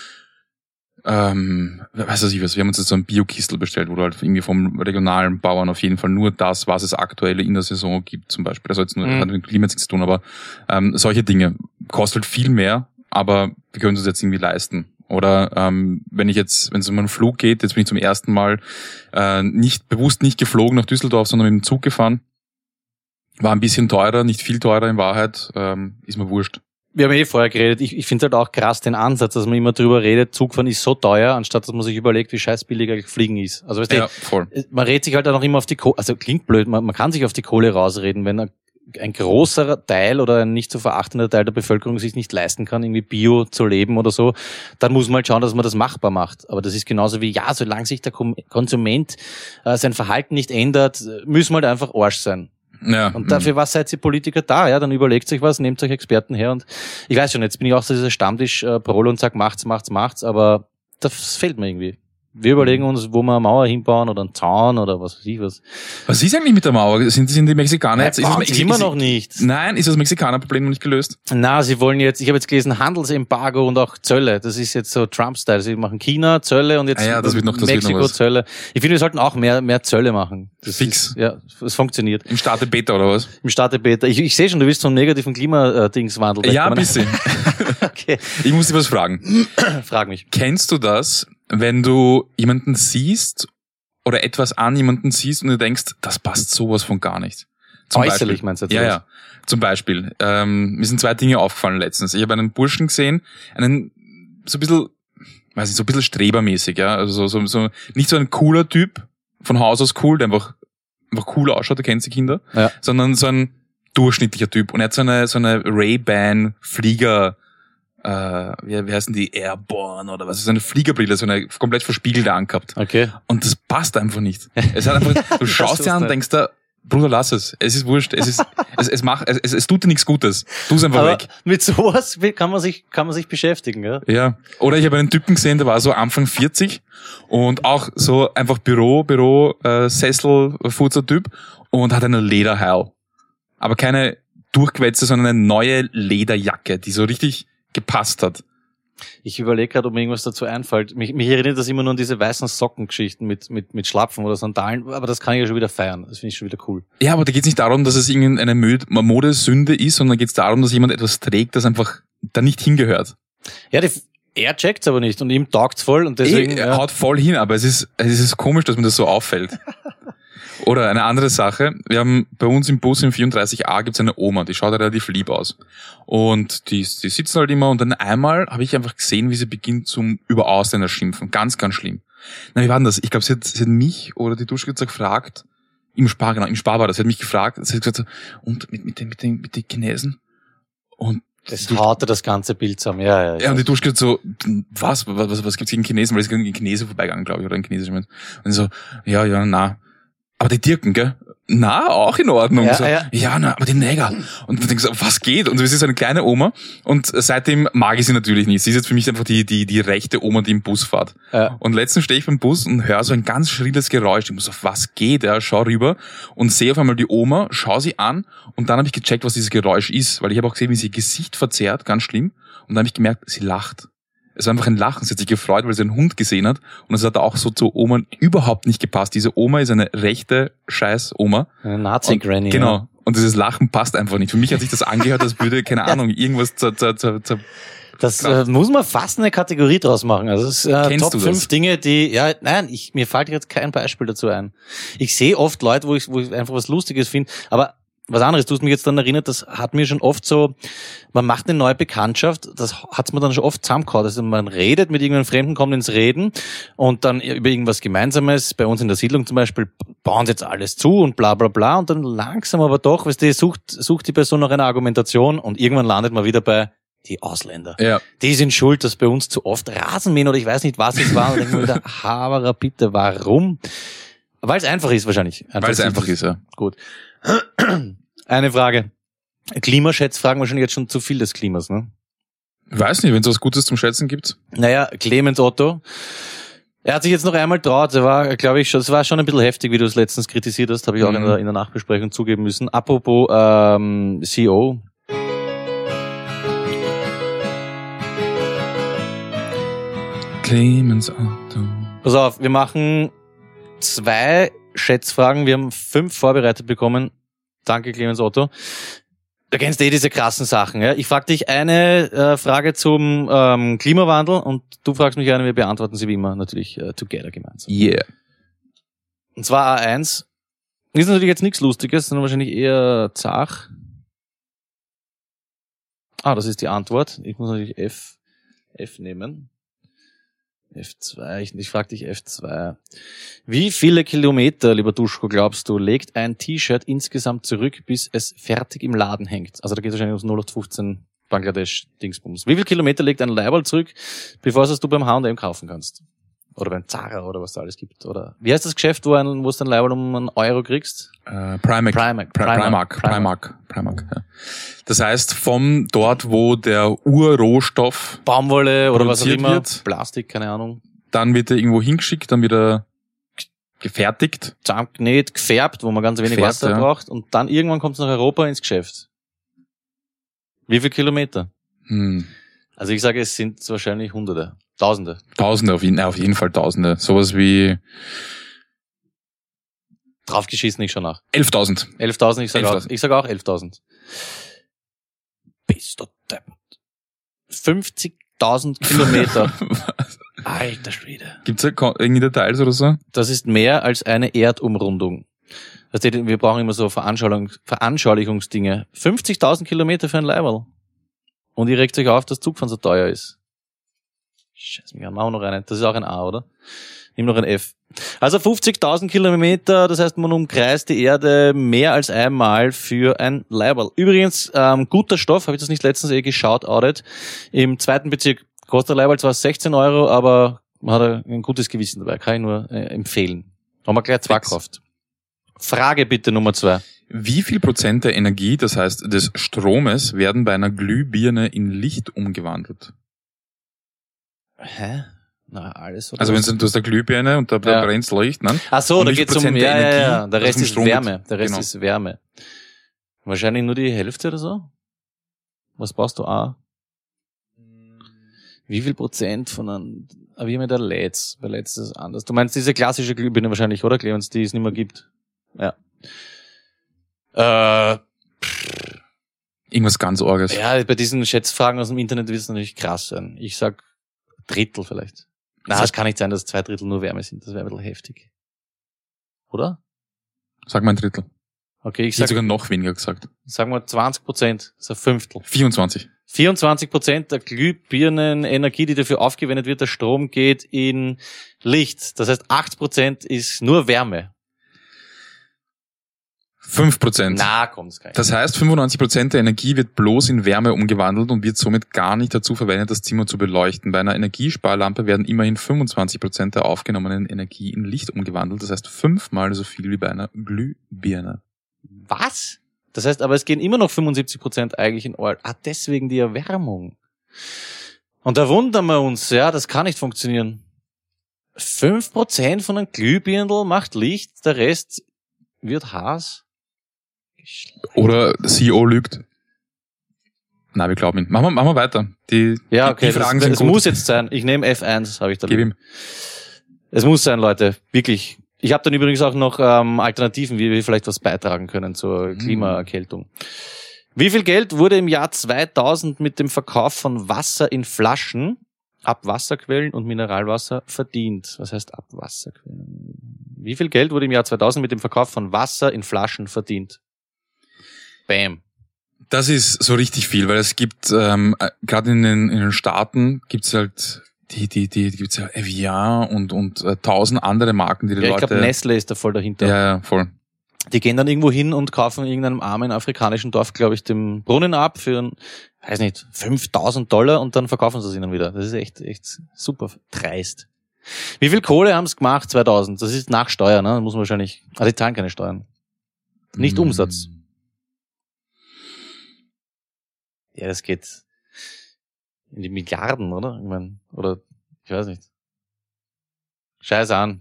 Speaker 2: wir haben uns jetzt so ein Bio-Kistel bestellt, wo du halt irgendwie vom regionalen Bauern auf jeden Fall nur das, was es aktuell in der Saison gibt, zum Beispiel. Das hat jetzt nur hat mit Klima nichts zu tun, aber solche Dinge kostet halt viel mehr, aber wir können es jetzt irgendwie leisten. Oder wenn es um einen Flug geht, jetzt bin ich zum ersten Mal bewusst nicht geflogen nach Düsseldorf, sondern mit dem Zug gefahren. War ein bisschen teurer, nicht viel teurer in Wahrheit, ist mir wurscht.
Speaker 1: Wir haben vorher geredet, ich finde halt auch krass den Ansatz, dass man immer drüber redet, Zugfahren ist so teuer, anstatt dass man sich überlegt, wie scheiß billig eigentlich Fliegen ist. Also weißt du,
Speaker 2: voll.
Speaker 1: Man redet sich halt auch noch immer auf die Kohle, also klingt blöd, man kann sich auf die Kohle rausreden, wenn ein großer Teil oder ein nicht zu verachtender Teil der Bevölkerung sich nicht leisten kann, irgendwie Bio zu leben oder so, dann muss man halt schauen, dass man das machbar macht. Aber das ist genauso wie, ja, solange sich der Konsument sein Verhalten nicht ändert, müssen wir halt einfach Arsch sein. Ja. Und dafür, was seid ihr Politiker da? Ja, dann überlegt euch was, nehmt euch Experten her und ich weiß schon, jetzt bin ich auch so dieser Stammtisch-Prole und sag, macht's, aber das fehlt mir irgendwie. Wir überlegen uns, wo wir eine Mauer hinbauen oder einen Zaun oder was weiß ich was.
Speaker 2: Was ist eigentlich mit der Mauer? Sind die Mexikaner jetzt?
Speaker 1: Immer noch nicht.
Speaker 2: Nein, ist das Mexikaner-Problem noch nicht gelöst?
Speaker 1: Na, sie wollen jetzt, ich habe jetzt gelesen, Handelsembargo und auch Zölle. Das ist jetzt so Trump-Style. Sie machen China, Zölle und jetzt Mexiko, Zölle. Ich finde, wir sollten auch mehr Zölle machen. Das
Speaker 2: fix.
Speaker 1: Ja, es funktioniert.
Speaker 2: Im Starte Beta oder was?
Speaker 1: Im Starte Beta. Ich sehe schon, du willst vom negativen Klimadings-Wandel.
Speaker 2: Ja, ein bisschen.
Speaker 1: Okay.
Speaker 2: Ich muss dir was fragen.
Speaker 1: Frag mich.
Speaker 2: Kennst du das, wenn du jemanden siehst oder etwas an jemanden siehst und du denkst, das passt sowas von gar nicht?
Speaker 1: Äußerlich meinst du jetzt?
Speaker 2: Ja. Zum Beispiel. Mir sind 2 Dinge aufgefallen letztens. Ich habe einen Burschen gesehen, so ein bisschen strebermäßig, ja. Also so nicht so ein cooler Typ, von Haus aus cool, der einfach cool ausschaut, du kennst die Kinder, ja. Sondern so ein durchschnittlicher Typ. Und er hat so eine Ray-Ban Flieger wie heißen die, Airborne oder was, so eine Fliegerbrille, so eine komplett verspiegelte angehabt.
Speaker 1: Okay.
Speaker 2: Und das passt einfach nicht. Es hat einfach, du schaust dir an und denkst da, Bruder, lass es. Es ist wurscht. Es tut dir nichts Gutes. Tu es einfach
Speaker 1: aber
Speaker 2: weg.
Speaker 1: Mit sowas kann man sich beschäftigen, ja?
Speaker 2: Ja. Oder ich habe einen Typen gesehen, der war so Anfang 40 und auch so einfach Sessel, Furzer-Typ und hat eine Lederheil. Aber keine durchgewetzte, sondern eine neue Lederjacke, die so richtig gepasst hat.
Speaker 1: Ich überlege gerade, ob mir irgendwas dazu einfällt. Mich erinnert das immer nur an diese weißen Sockengeschichten mit Schlapfen oder Sandalen, aber das kann ich ja schon wieder feiern. Das finde ich schon wieder cool.
Speaker 2: Ja, aber da geht es nicht darum, dass es irgendeine Modesünde ist, sondern geht es darum, dass jemand etwas trägt, das einfach da nicht hingehört.
Speaker 1: Ja, er checkt's aber nicht und ihm taugt's voll und deswegen...
Speaker 2: Er haut voll hin, aber es ist komisch, dass mir das so auffällt. Oder eine andere Sache, wir haben bei uns im Bus im 34a gibt's eine Oma, die schaut relativ lieb aus. Und die sitzen halt immer und dann einmal habe ich einfach gesehen, wie sie beginnt zum über Ausländer schimpfen. Ganz, ganz schlimm. Na, wie war denn das? Ich glaube, sie hat mich oder die Duschkürzer gefragt, im Spar war das, sie hat mich gefragt, sie hat gesagt, und mit den Chinesen? Und
Speaker 1: das haute das ganze Bild zusammen, ja.
Speaker 2: Ja, und die Duschkürzer so, was gibt's gegen Chinesen? Weil es gegen Chinesen vorbeigegangen, glaube ich, oder ein chinesischer Mensch. Und so, ja, na. Aber die Dirken, gell? Na, auch in Ordnung.
Speaker 1: Ja,
Speaker 2: so, ja, na, aber die Neger. Und du denkst, was geht? Und sie ist so eine kleine Oma. Und seitdem mag ich sie natürlich nicht. Sie ist jetzt für mich einfach die rechte Oma, die im Bus fährt. Ja. Und letztens stehe ich beim Bus und höre so ein ganz schrilles Geräusch. Ich muss auf was geht? Ja, schau rüber und sehe auf einmal die Oma, schau sie an und dann habe ich gecheckt, was dieses Geräusch ist. Weil ich habe auch gesehen, wie sie ihr Gesicht verzerrt, ganz schlimm. Und dann habe ich gemerkt, sie lacht. Es war einfach ein Lachen. Sie hat sich gefreut, weil sie einen Hund gesehen hat. Und es hat auch so zu Oma überhaupt nicht gepasst. Diese Oma ist eine rechte Scheiß-Oma.
Speaker 1: Eine Nazi-Granny.
Speaker 2: Genau. Ja. Und dieses Lachen passt einfach nicht. Für mich hat sich das angehört, als würde, keine Ahnung, irgendwas
Speaker 1: Das muss man fast eine Kategorie draus machen. Also es ist Top 5 Dinge, die, mir fällt jetzt kein Beispiel dazu ein. Ich sehe oft Leute, wo ich einfach was Lustiges finde, aber was anderes, du hast mich jetzt dann erinnert, das hat mir schon oft so, man macht eine neue Bekanntschaft, das hat's mir dann schon oft zusammengehauen. Also man redet mit irgendeinem Fremden, kommt ins Reden und dann über irgendwas Gemeinsames, bei uns in der Siedlung zum Beispiel, bauen sie jetzt alles zu und bla bla bla und dann langsam aber doch, weißt du, sucht die Person nach einer Argumentation und irgendwann landet man wieder bei die Ausländer. Ja. Die sind schuld, dass bei uns zu oft Rasenmähen oder ich weiß nicht, was es war. Und dann denke ich mir wieder, Haberer, bitte, warum? Weil es einfach ist wahrscheinlich.
Speaker 2: Weil es einfach ist, ja.
Speaker 1: Gut. Eine Frage. Klimaschätz fragen wahrscheinlich jetzt schon zu viel des Klimas, ne?
Speaker 2: Weiß nicht, wenn es was Gutes zum Schätzen gibt.
Speaker 1: Naja, Clemens Otto. Er hat sich jetzt noch einmal traut. Er war, glaube ich, schon, es war schon ein bisschen heftig, wie du es letztens kritisiert hast, habe ich auch in der Nachbesprechung zugeben müssen. Apropos CEO.
Speaker 2: Clemens Otto.
Speaker 1: Pass auf, wir machen 2 Schätzfragen. Wir haben 5 vorbereitet bekommen. Danke, Clemens Otto. Du kennst diese krassen Sachen. Ja? Ich frage dich eine Frage zum Klimawandel und du fragst mich eine, wir beantworten sie wie immer natürlich together gemeinsam.
Speaker 2: Yeah.
Speaker 1: Und zwar A1. Ist natürlich jetzt nichts Lustiges, sondern wahrscheinlich eher zach. Das ist die Antwort. Ich muss natürlich F nehmen. F2, ich frage dich F2. Wie viele Kilometer, lieber Duschko, glaubst du, legt ein T-Shirt insgesamt zurück, bis es fertig im Laden hängt? Also da geht es wahrscheinlich ums 0815 Bangladesch-Dingsbums. Wie viele Kilometer legt ein Leiberl zurück, bevor es du beim H&M kaufen kannst? Oder beim Zara oder was da alles gibt? Oder wie heißt das Geschäft, wo du dein Leiberl um €1 kriegst?
Speaker 2: Primark. Ja. Das heißt, vom dort, wo der Urrohstoff
Speaker 1: Baumwolle oder was auch immer,
Speaker 2: wird,
Speaker 1: Plastik, keine Ahnung.
Speaker 2: Dann wird er irgendwo hingeschickt, dann wieder gefertigt.
Speaker 1: Zusammengenäht, gefärbt, wo man ganz wenig Wasser braucht. Und dann irgendwann kommt es nach Europa ins Geschäft. Wie viele Kilometer? Also ich sage, es sind wahrscheinlich Hunderte. Tausende,
Speaker 2: auf jeden Fall Tausende. Sowas wie...
Speaker 1: Draufgeschissen ich schon nach.
Speaker 2: 11.000.
Speaker 1: 11.000, ich sage auch 11.000. Bist du deppert. 50.000 Kilometer. Alter Schwede.
Speaker 2: Gibt's da irgendwie Details oder so?
Speaker 1: Das ist mehr als eine Erdumrundung. Also wir brauchen immer so Veranschaulichungsdinge. 50.000 Kilometer für ein Leiberl. Und ihr regt euch auf, dass Zugfahren so teuer ist. Scheiß mich an, machen wir noch eine. Das ist auch ein A, oder? Nimm noch ein F. Also 50.000 Kilometer, das heißt, man umkreist die Erde mehr als einmal für ein Leiberl. Übrigens, guter Stoff, habe ich das nicht letztens geschaut, Audit. Im 2. Bezirk kostet der Leiberl zwar 16 €, aber man hat ein gutes Gewissen dabei, kann ich nur empfehlen. Haben wir gleich 2 gekauft. Frage bitte Nummer 2.
Speaker 2: Wie viel Prozent der Energie, das heißt des Stromes, werden bei einer Glühbirne in Licht umgewandelt?
Speaker 1: Hä? Na, alles. Oder
Speaker 2: also wenn du hast eine Glühbirne und da brennt Licht, ne?
Speaker 1: Ach so, da geht's um
Speaker 2: Energie,
Speaker 1: der Rest ist Wärme. Der Rest ist Wärme. Wahrscheinlich nur die Hälfte oder so? Was brauchst du auch? Wie viel Prozent von einem, wie mit der LEDs? Bei LEDs ist es anders. Du meinst diese klassische Glühbirne wahrscheinlich, oder Clemens, die es nicht mehr gibt? Ja.
Speaker 2: Irgendwas ganz Orges.
Speaker 1: Ja, bei diesen Schätzfragen aus dem Internet wird es natürlich krass sein. Ich sag Drittel vielleicht. Na, es kann nicht sein, dass 2 Drittel nur Wärme sind. Das wäre ein bisschen heftig. Oder?
Speaker 2: Sag mal ein Drittel.
Speaker 1: Okay, ich
Speaker 2: hätte sogar noch weniger gesagt.
Speaker 1: Sagen wir 20%, das ist ein Fünftel.
Speaker 2: 24.
Speaker 1: 24% der Glühbirnenenergie, die dafür aufgewendet wird, der Strom geht in Licht. Das heißt, 8% ist nur Wärme.
Speaker 2: 5%.
Speaker 1: Na, kommt's gar nicht.
Speaker 2: Das heißt, 95% der Energie wird bloß in Wärme umgewandelt und wird somit gar nicht dazu verwendet, das Zimmer zu beleuchten. Bei einer Energiesparlampe werden immerhin 25% der aufgenommenen Energie in Licht umgewandelt. Das heißt 5-mal so viel wie bei einer Glühbirne.
Speaker 1: Was? Das heißt, aber es gehen immer noch 75% eigentlich in Oil. Ah, deswegen die Erwärmung. Und da wundern wir uns, ja, das kann nicht funktionieren. 5% von einem Glühbirndl macht Licht, der Rest wird heiß.
Speaker 2: Oder CEO lügt. Nein, wir glauben ihn. Machen wir weiter. Die Fragen sind
Speaker 1: es gut. Muss jetzt sein. Ich nehme F1, habe ich da.
Speaker 2: Gib ihm.
Speaker 1: Es muss sein, Leute. Wirklich. Ich habe dann übrigens auch noch Alternativen, wie wir vielleicht was beitragen können zur Klimaerkältung. Wie viel Geld wurde im Jahr 2000 mit dem Verkauf von Wasser in Flaschen, Abwasserquellen und Mineralwasser verdient? Was heißt Abwasserquellen? Wie viel Geld wurde im Jahr 2000 mit dem Verkauf von Wasser in Flaschen verdient? Bam.
Speaker 2: Das ist so richtig viel, weil es gibt, gerade in den Staaten gibt's halt die gibt's ja Evian und 1000 andere Marken, die Leute...
Speaker 1: Ich glaube, Nestle ist da voll dahinter.
Speaker 2: Ja, voll.
Speaker 1: Die gehen dann irgendwo hin und kaufen irgendeinem armen afrikanischen Dorf, glaube ich, den Brunnen ab für, weiß nicht, $5.000 und dann verkaufen sie es ihnen wieder. Das ist echt super dreist. Wie viel Kohle haben sie gemacht 2000? Das ist nach Steuer, ne? Da muss man wahrscheinlich... die zahlen keine Steuern. Nicht Umsatz. Ja, das geht in die Milliarden, oder? Ich meine, oder ich weiß nicht. Schau's an.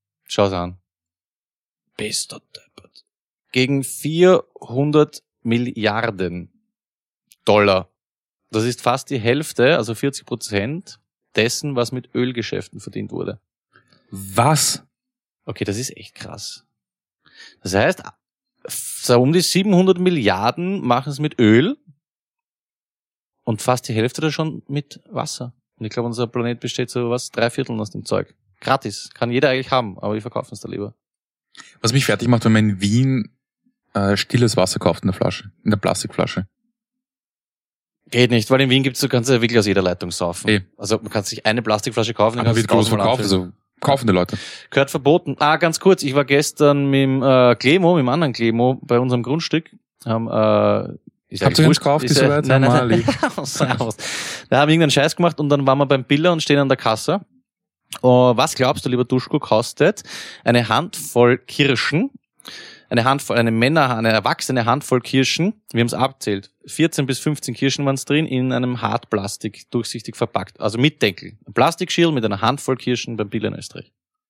Speaker 1: Bist du deppert. Gegen 400 Milliarden $. Das ist fast die Hälfte, also 40% dessen, was mit Ölgeschäften verdient wurde.
Speaker 2: Was?
Speaker 1: Okay, das ist echt krass. Das heißt, so um die 700 Milliarden machen es mit Öl. Und fast die Hälfte da schon mit Wasser. Und ich glaube, unser Planet besteht so 3/4 aus dem Zeug. Gratis. Kann jeder eigentlich haben, aber wir verkaufen es da lieber.
Speaker 2: Was mich fertig macht, wenn man in Wien stilles Wasser kauft in der Flasche, in der Plastikflasche.
Speaker 1: Geht nicht, weil in Wien gibt's, du kannst ja wirklich aus jeder Leitung saufen. Also man kann sich eine Plastikflasche kaufen.
Speaker 2: Aber wird groß verkauft, also kaufen die Leute.
Speaker 1: Gehört verboten. Ganz kurz, ich war gestern mit dem Clemo, mit dem anderen Clemo, bei unserem Grundstück, haben
Speaker 2: habt ihr uns gekauft?
Speaker 1: Nein. Da haben wir irgendeinen Scheiß gemacht und dann waren wir beim Biller und stehen an der Kasse. Was glaubst du, lieber Duschko, kostet eine Handvoll Kirschen, eine erwachsene Handvoll Kirschen, wir haben es abzählt, 14 bis 15 Kirschen waren es drin, in einem Hartplastik, durchsichtig verpackt, also mit Deckel. Ein Plastikschirl mit einer Handvoll Kirschen beim Biller in Österreich.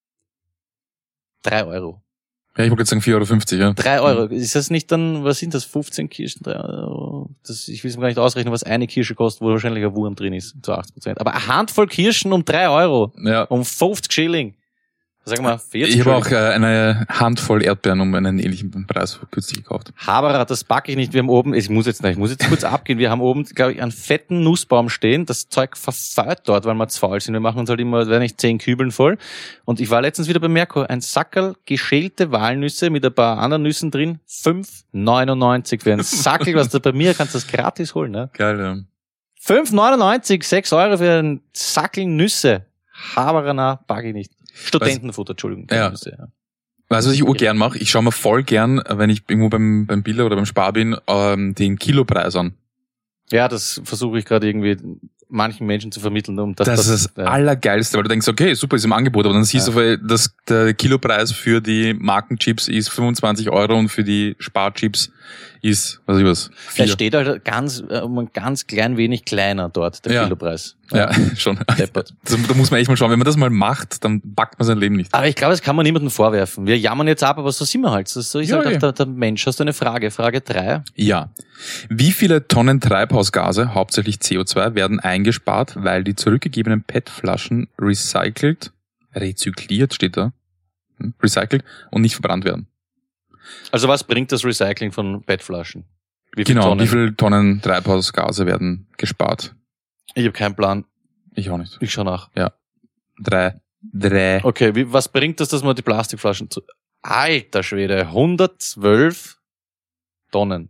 Speaker 1: 3 €.
Speaker 2: Ja, ich wollte jetzt sagen 4,50 €, ja.
Speaker 1: 3 €. Ist das nicht dann, was sind das, 15 Kirschen, 3 €? Ich will es mir gar nicht ausrechnen, was eine Kirsche kostet, wo wahrscheinlich ein Wurm drin ist, zu 80%. Aber eine Handvoll Kirschen um 3 €.
Speaker 2: Ja.
Speaker 1: Um 50 Schilling. Sag mal, 40
Speaker 2: Ich habe auch eine Handvoll Erdbeeren um einen ähnlichen Preis kürzlich gekauft.
Speaker 1: Haberer, das packe ich nicht. Wir haben oben, ich muss jetzt kurz abgehen. Wir haben oben, glaube ich, einen fetten Nussbaum stehen. Das Zeug verfeuert dort, weil wir zu faul sind. Wir machen uns halt immer, 10 Kübeln voll. Und ich war letztens wieder bei Merco. Ein Sackerl geschälte Walnüsse mit ein paar anderen Nüssen drin. 5,99 für ein Sackerl. Was du bei mir kannst du das gratis holen, ne?
Speaker 2: Geil, ja.
Speaker 1: 5,99, 6 € für ein Sackerl Nüsse. Haberer, packe ich nicht. Studentenfutter, Entschuldigung.
Speaker 2: Ja. Weißt du, was ich gern mache? Ich schaue mir voll gern, wenn ich irgendwo beim Billa oder beim Spar bin, den Kilopreis an.
Speaker 1: Ja, das versuche ich gerade irgendwie manchen Menschen zu vermitteln.
Speaker 2: Das ist das Allergeilste, weil du denkst, okay, super, ist im Angebot, aber dann siehst du, dass der Kilopreis für die Markenchips ist 25 € und für die Sparchips ist, was ich was, 4.
Speaker 1: Er steht halt ein ganz klein wenig kleiner dort, der Kilopreis.
Speaker 2: Ja, schon. Da muss man echt mal schauen, wenn man das mal macht, dann backt man sein Leben nicht.
Speaker 1: Aber ich glaube, das kann man niemandem vorwerfen. Wir jammern jetzt ab, aber so sind wir halt. So ist halt auch der Mensch. Hast du eine Frage? Frage 3?
Speaker 2: Ja. Wie viele Tonnen Treibhausgase, hauptsächlich CO2, werden eingespart, weil die zurückgegebenen PET-Flaschen rezykliert steht da, recycelt und nicht verbrannt werden?
Speaker 1: Also was bringt das Recycling von PET-Flaschen?
Speaker 2: Wie viele Tonnen Treibhausgase werden gespart?
Speaker 1: Ich habe keinen Plan.
Speaker 2: Ich auch nicht.
Speaker 1: Ich schau nach.
Speaker 2: Ja. 3.
Speaker 1: Okay, was bringt das, dass man die Plastikflaschen Alter Schwede, 112 Tonnen.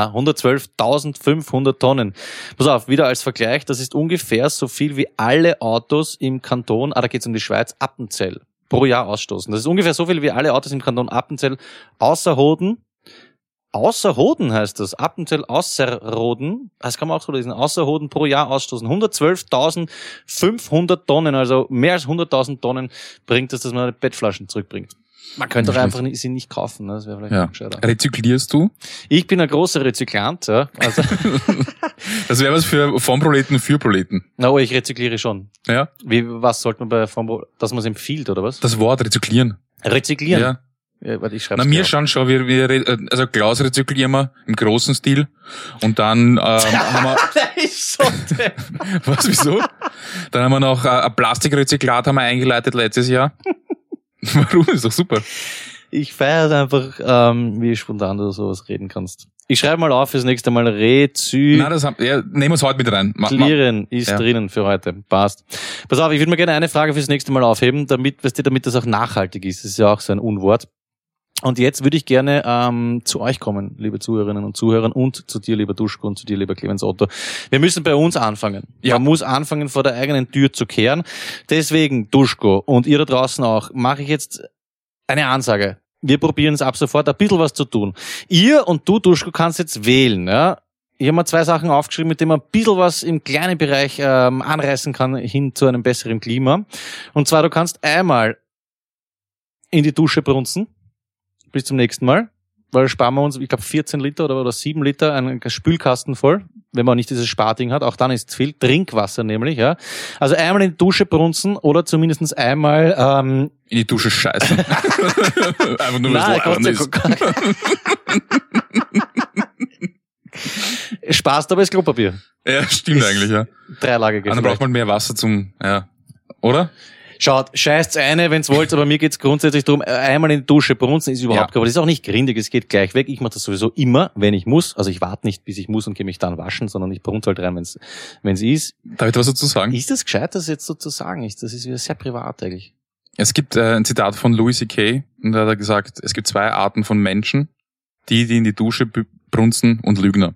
Speaker 1: 112.500 Tonnen. Pass auf, wieder als Vergleich, das ist ungefähr so viel wie alle Autos im Kanton, da geht's um die Schweiz, Appenzell pro Jahr ausstoßen. Das ist ungefähr so viel wie alle Autos im Kanton Appenzell, außer Hoden heißt das, Appenzell außer Roden, das kann man auch so lesen, außer Hoden pro Jahr ausstoßen. 112.500 Tonnen, also mehr als 100.000 Tonnen bringt es, dass man PET-Flaschen zurückbringt. Man könnte doch einfach sie nicht kaufen, ne? Das wäre vielleicht gescheiter.
Speaker 2: Rezyklierst du?
Speaker 1: Ich bin ein großer Rezyklant, ja. Also
Speaker 2: das wäre was vom Proleten für Proleten.
Speaker 1: Ich rezykliere schon.
Speaker 2: Ja.
Speaker 1: Was sollte man bei dass man es empfiehlt, oder was?
Speaker 2: Das Wort rezyklieren.
Speaker 1: Rezyklieren?
Speaker 2: Ja.
Speaker 1: Warte, ich schreib's.
Speaker 2: Wir schauen schon, also Glas rezyklieren wir im großen Stil und dann haben wir.
Speaker 1: Das ist so
Speaker 2: Was, wieso? Dann haben wir noch ein Plastikrezyklat haben wir eingeleitet letztes Jahr. Warum? Ist doch super.
Speaker 1: Ich feiere einfach, wie spontan du sowas reden kannst. Ich schreibe mal auf fürs nächste Mal
Speaker 2: nehmen wir es heute mit rein.
Speaker 1: Clearen ist drinnen für heute. Passt. Pass auf, ich würde mir gerne eine Frage fürs nächste Mal aufheben, damit das auch nachhaltig ist. Das ist ja auch so ein Unwort. Und jetzt würde ich gerne zu euch kommen, liebe Zuhörerinnen und Zuhörer, und zu dir, lieber Duschko, und zu dir, lieber Clemens Otto. Wir müssen bei uns anfangen. Ja. Man muss anfangen, vor der eigenen Tür zu kehren. Deswegen, Duschko, und ihr da draußen auch, mache ich jetzt eine Ansage. Wir probieren es ab sofort, ein bisschen was zu tun. Ihr und du, Duschko, kannst jetzt wählen. Ja? Ich habe mir 2 Sachen aufgeschrieben, mit denen man ein bisschen was im kleinen Bereich anreißen kann, hin zu einem besseren Klima. Und zwar, du kannst einmal in die Dusche brunzen. Bis zum nächsten Mal, weil sparen wir uns, ich glaube 14 Liter oder 7 Liter einen Spülkasten voll, wenn man nicht dieses Sparding hat, auch dann ist es viel, Trinkwasser nämlich, ja. Also einmal in die Dusche brunzen oder zumindest einmal
Speaker 2: in die Dusche scheißen. Einfach nur, weil es
Speaker 1: ist. Spaß aber ist Klopapier.
Speaker 2: Ja, stimmt eigentlich, ja.
Speaker 1: 3-lagige.
Speaker 2: Dann braucht man mehr Wasser oder?
Speaker 1: Schaut, scheißt's eine, wenn's wollt, aber mir geht's grundsätzlich darum, einmal in die Dusche brunzen ist überhaupt aber das ist auch nicht grindig, es geht gleich weg. Ich mache das sowieso immer, wenn ich muss. Also ich warte nicht, bis ich muss und gehe mich dann waschen, sondern ich brunze halt rein, wenn's ist.
Speaker 2: Darf ich da was dazu sagen?
Speaker 1: Ist das gescheit, das jetzt so zu sagen? Das ist wieder sehr privat eigentlich.
Speaker 2: Es gibt ein Zitat von Louis C.K. und da hat er gesagt, es gibt 2 Arten von Menschen, die in die Dusche brunzen und Lügner.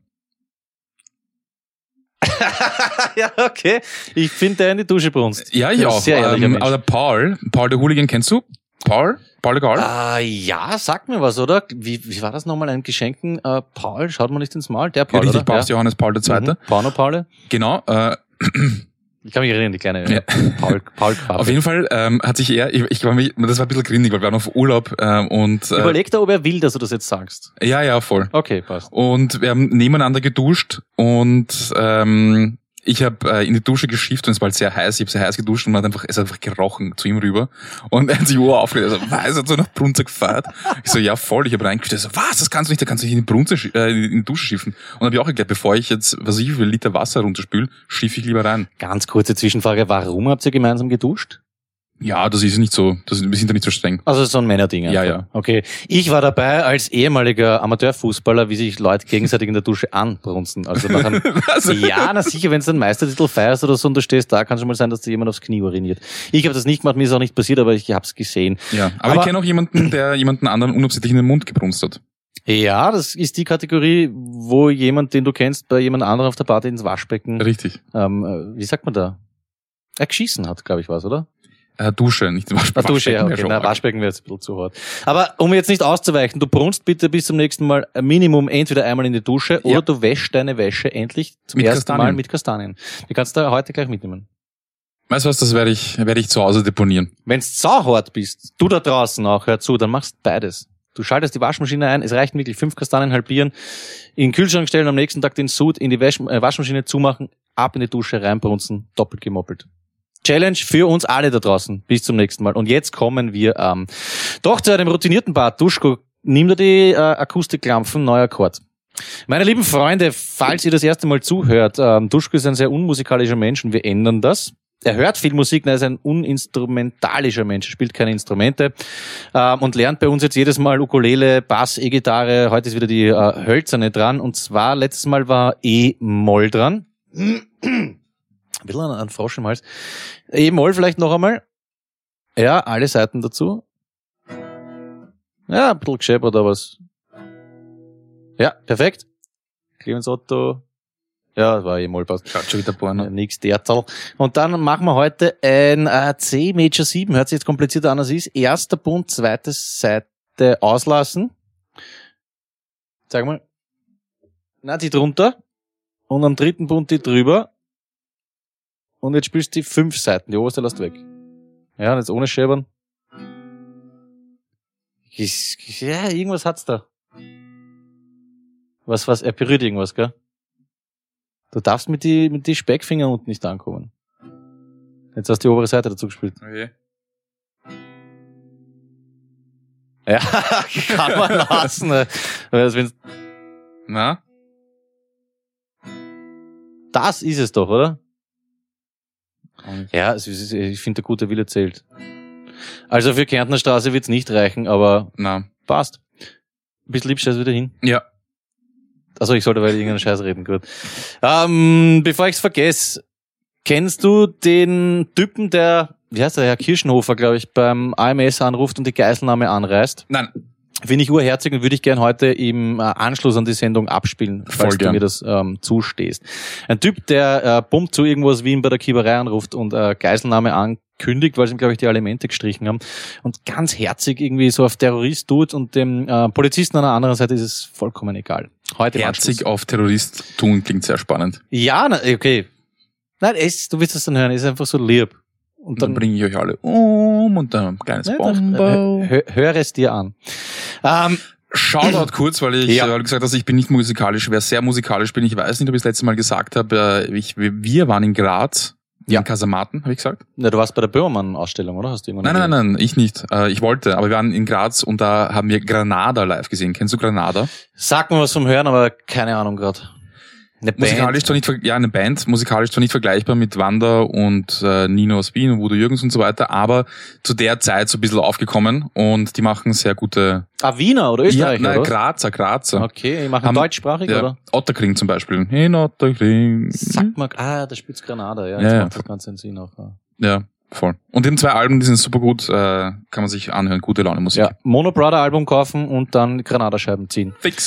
Speaker 1: Ja, okay. Ich finde, der in die Dusche brunst.
Speaker 2: Ja, ich auch.
Speaker 1: Sehr ehrlicher Mensch.
Speaker 2: Aber Paul der Hooligan, kennst du? Paul der Gaul?
Speaker 1: Ja, sag mir was, oder? Wie war das nochmal? Ein Geschenken? Paul, schaut man nicht ins Maul? Der Paul,
Speaker 2: richtig,
Speaker 1: oder?
Speaker 2: Papst Johannes Paul II.
Speaker 1: Paul.
Speaker 2: Genau.
Speaker 1: Ich kann mich erinnern, die kleine Paul Quappe.
Speaker 2: Auf jeden Fall hat sich das war ein bisschen grindig, weil wir waren auf Urlaub und
Speaker 1: überleg da, ob er will, dass du das jetzt sagst.
Speaker 2: Ja, voll.
Speaker 1: Okay, passt.
Speaker 2: Und wir haben nebeneinander geduscht und ich habe in die Dusche geschifft und es war halt sehr heiß. Ich habe sehr heiß geduscht und es hat einfach gerochen zu ihm rüber. Und er hat sich aufgeregt. Also, was, hat so nach Brunzer gefeiert? Ich so, ja voll. Ich habe reingestellt. So, was, das kannst du nicht. Da kannst du nicht in die Dusche schiffen. Und habe ich auch erklärt, bevor ich jetzt, wie viel Liter Wasser runterspül, schiffe ich lieber rein.
Speaker 1: Ganz kurze Zwischenfrage. Warum habt ihr gemeinsam geduscht?
Speaker 2: Ja, das ist nicht so, wir sind da nicht so streng.
Speaker 1: Also so ein Männerding einfach.
Speaker 2: Ja.
Speaker 1: Okay. Ich war dabei als ehemaliger Amateurfußballer, wie sich Leute gegenseitig in der Dusche anbrunzen. Also nach einem, ja, na sicher, wenn du einen Meistertitel feierst oder so und du stehst da, kann schon mal sein, dass dir jemand aufs Knie uriniert. Ich habe das nicht gemacht, mir ist auch nicht passiert, aber ich habe es gesehen.
Speaker 2: Ja, aber ich kenne auch jemanden, der jemanden anderen unabsichtlich in den Mund gebrunst hat.
Speaker 1: Ja, das ist die Kategorie, wo jemand, den du kennst, bei jemand anderem auf der Party ins Waschbecken.
Speaker 2: Richtig.
Speaker 1: Wie sagt man da? Er geschissen hat, glaube ich, was, oder?
Speaker 2: Dusche, nicht Waschbecken.
Speaker 1: Dusche, ja, okay. Nein, Waschbecken wäre jetzt ein bisschen zu hart. Aber um jetzt nicht auszuweichen, du brunst bitte bis zum nächsten Mal Minimum entweder einmal in die Dusche oder du wäschst deine Wäsche endlich zum ersten Mal mit Kastanien. Die kannst du heute gleich mitnehmen.
Speaker 2: Weißt du was, das werde ich zu Hause deponieren.
Speaker 1: Wenn's sauhart bist, du da draußen auch, hör zu, dann machst beides. Du schaltest die Waschmaschine ein, es reicht wirklich 5 Kastanien halbieren, in den Kühlschrank stellen, am nächsten Tag den Sud in die Waschmaschine zumachen, ab in die Dusche reinbrunzen, doppelt gemoppelt. Challenge für uns alle da draußen. Bis zum nächsten Mal. Und jetzt kommen wir doch zu einem routinierten Part. Duschko, nimm dir die Akustikklampfen, neuer Akkord. Meine lieben Freunde, falls ihr das erste Mal zuhört, Duschko ist ein sehr unmusikalischer Mensch und wir ändern das. Er hört viel Musik, er ist ein uninstrumentalischer Mensch, spielt keine Instrumente und lernt bei uns jetzt jedes Mal Ukulele, Bass, E-Gitarre. Heute ist wieder die hölzerne dran und zwar letztes Mal war E-Moll dran. Ein bisschen ein Frosch im Hals. E-Moll vielleicht noch einmal. Ja, alle Seiten dazu. Ja, ein bisschen gescheppert, aber was. Ja, perfekt. Clemens Otto. Ja, das war E-Moll, passt.
Speaker 2: Schaut schon wieder Porno.
Speaker 1: Nix Derzel. Und dann machen wir heute ein C Major 7. Hört sich jetzt komplizierter an, als es ist. Erster Bund, zweite Seite auslassen. Sag mal. Na, die drunter. Und am dritten Bund die drüber. Und jetzt spielst du die 5 Seiten, die oberste lässt weg. Ja, und jetzt ohne Schäbern. Ja, irgendwas hat's da. Er berührt irgendwas, gell? Du darfst mit die Speckfinger unten nicht ankommen. Jetzt hast du die obere Seite dazu gespielt.
Speaker 2: Okay.
Speaker 1: Ja, kann man lassen.
Speaker 2: Na?
Speaker 1: Das ist es doch, oder? Ja, ich finde, der gute Wille zählt. Also für Kärntner Straße wird's nicht reichen, aber passt. Bist Liebscheiß wieder hin?
Speaker 2: Ja.
Speaker 1: Also ich sollte weiter irgendeinen Scheiß reden, gut. Bevor ich's vergesse, kennst du den Typen, der, wie heißt der, Herr Kirschenhofer, glaube ich, beim AMS anruft und die Geiselnahme anreißt?
Speaker 2: Nein.
Speaker 1: Finde ich urherzig und würde ich gern heute im Anschluss an die Sendung abspielen, falls du mir das zustehst. Ein Typ, der pumpt zu irgendwo aus Wien bei der Kieberei anruft und Geiselnahme ankündigt, weil sie ihm, glaube ich, die Alimente gestrichen haben und ganz herzig irgendwie so auf Terrorist tut und dem Polizisten an der anderen Seite ist es vollkommen egal. Heute
Speaker 2: herzig auf Terrorist tun klingt sehr spannend.
Speaker 1: Ja, okay. Nein, du wirst es dann hören, ist einfach so lieb.
Speaker 2: Und dann bringe ich euch alle und dann ein kleines Bombo.
Speaker 1: Hör es dir an.
Speaker 2: Shoutout kurz, weil ich gesagt habe, ich bin nicht musikalisch. Wer sehr musikalisch bin, ich weiß nicht, ob ich das letzte Mal gesagt habe, wir waren in Graz, in Kasamaten, habe ich gesagt.
Speaker 1: Ja, du warst bei der Böhmermann-Ausstellung, oder? Hast du irgendwann
Speaker 2: Nein, ich nicht. Ich wollte, aber wir waren in Graz und da haben wir Granada live gesehen. Kennst du Granada?
Speaker 1: Sag mir was vom Hören, aber keine Ahnung gerade.
Speaker 2: Musikalisch zwar nicht, eine Band, musikalisch zwar nicht vergleichbar mit Wanda und Nino aus Wien und Udo Jürgens und so weiter, aber zu der Zeit so ein bisschen aufgekommen und die machen sehr gute...
Speaker 1: Wiener oder Österreicher,
Speaker 2: ja,
Speaker 1: oder?
Speaker 2: Grazer.
Speaker 1: Okay, die machen deutschsprachig, oder?
Speaker 2: Otterkring zum Beispiel. In Otterkring.
Speaker 1: Sag mal, da spielt's Granada, ja. Jetzt macht das Ganze einen Sinn auch.
Speaker 2: Ja, voll. Und eben 2 Alben, die sind super gut, kann man sich anhören, gute Laune Musik.
Speaker 1: Ja, Mono Brother Album kaufen und dann Granada-Scheiben ziehen.
Speaker 2: Fix.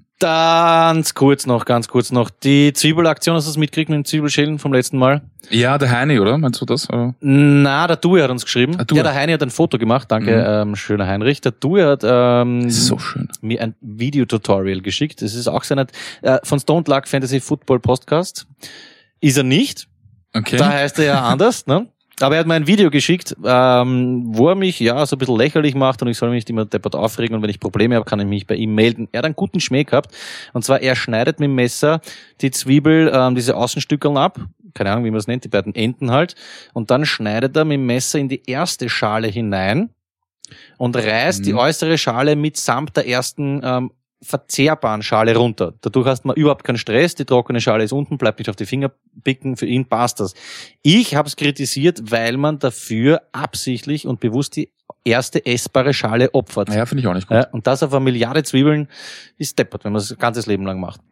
Speaker 1: Ganz kurz noch. Die Zwiebelaktion, hast du das mitgekriegt mit den Zwiebelschälen vom letzten Mal?
Speaker 2: Ja, der Heini, oder? Meinst du das? Oder?
Speaker 1: Na, der Due hat uns geschrieben. Ja, der Heini hat ein Foto gemacht. Danke, schöner Heinrich. Der Due hat
Speaker 2: so schön.
Speaker 1: Mir ein Videotutorial geschickt. Es ist auch seine von Stone Luck Fantasy Football Podcast. Ist er nicht.
Speaker 2: Okay.
Speaker 1: Da heißt er ja anders, ne? Aber er hat mir ein Video geschickt, wo er mich so ein bisschen lächerlich macht und ich soll mich nicht immer deppert aufregen und wenn ich Probleme habe, kann ich mich bei ihm melden. Er hat einen guten Schmäh gehabt und zwar er schneidet mit dem Messer die Zwiebel, diese Außenstückeln ab, keine Ahnung, wie man es nennt, die beiden Enden halt, und dann schneidet er mit dem Messer in die erste Schale hinein und reißt die äußere Schale mitsamt der ersten verzehrbaren Schale runter. Dadurch hast man überhaupt keinen Stress, die trockene Schale ist unten, bleibt nicht auf die Finger picken, für ihn passt das. Ich habe es kritisiert, weil man dafür absichtlich und bewusst die erste essbare Schale opfert.
Speaker 2: Ja, finde ich auch nicht gut.
Speaker 1: Und das auf 1 Milliarde Zwiebeln ist deppert, wenn man das ganzes Leben lang macht.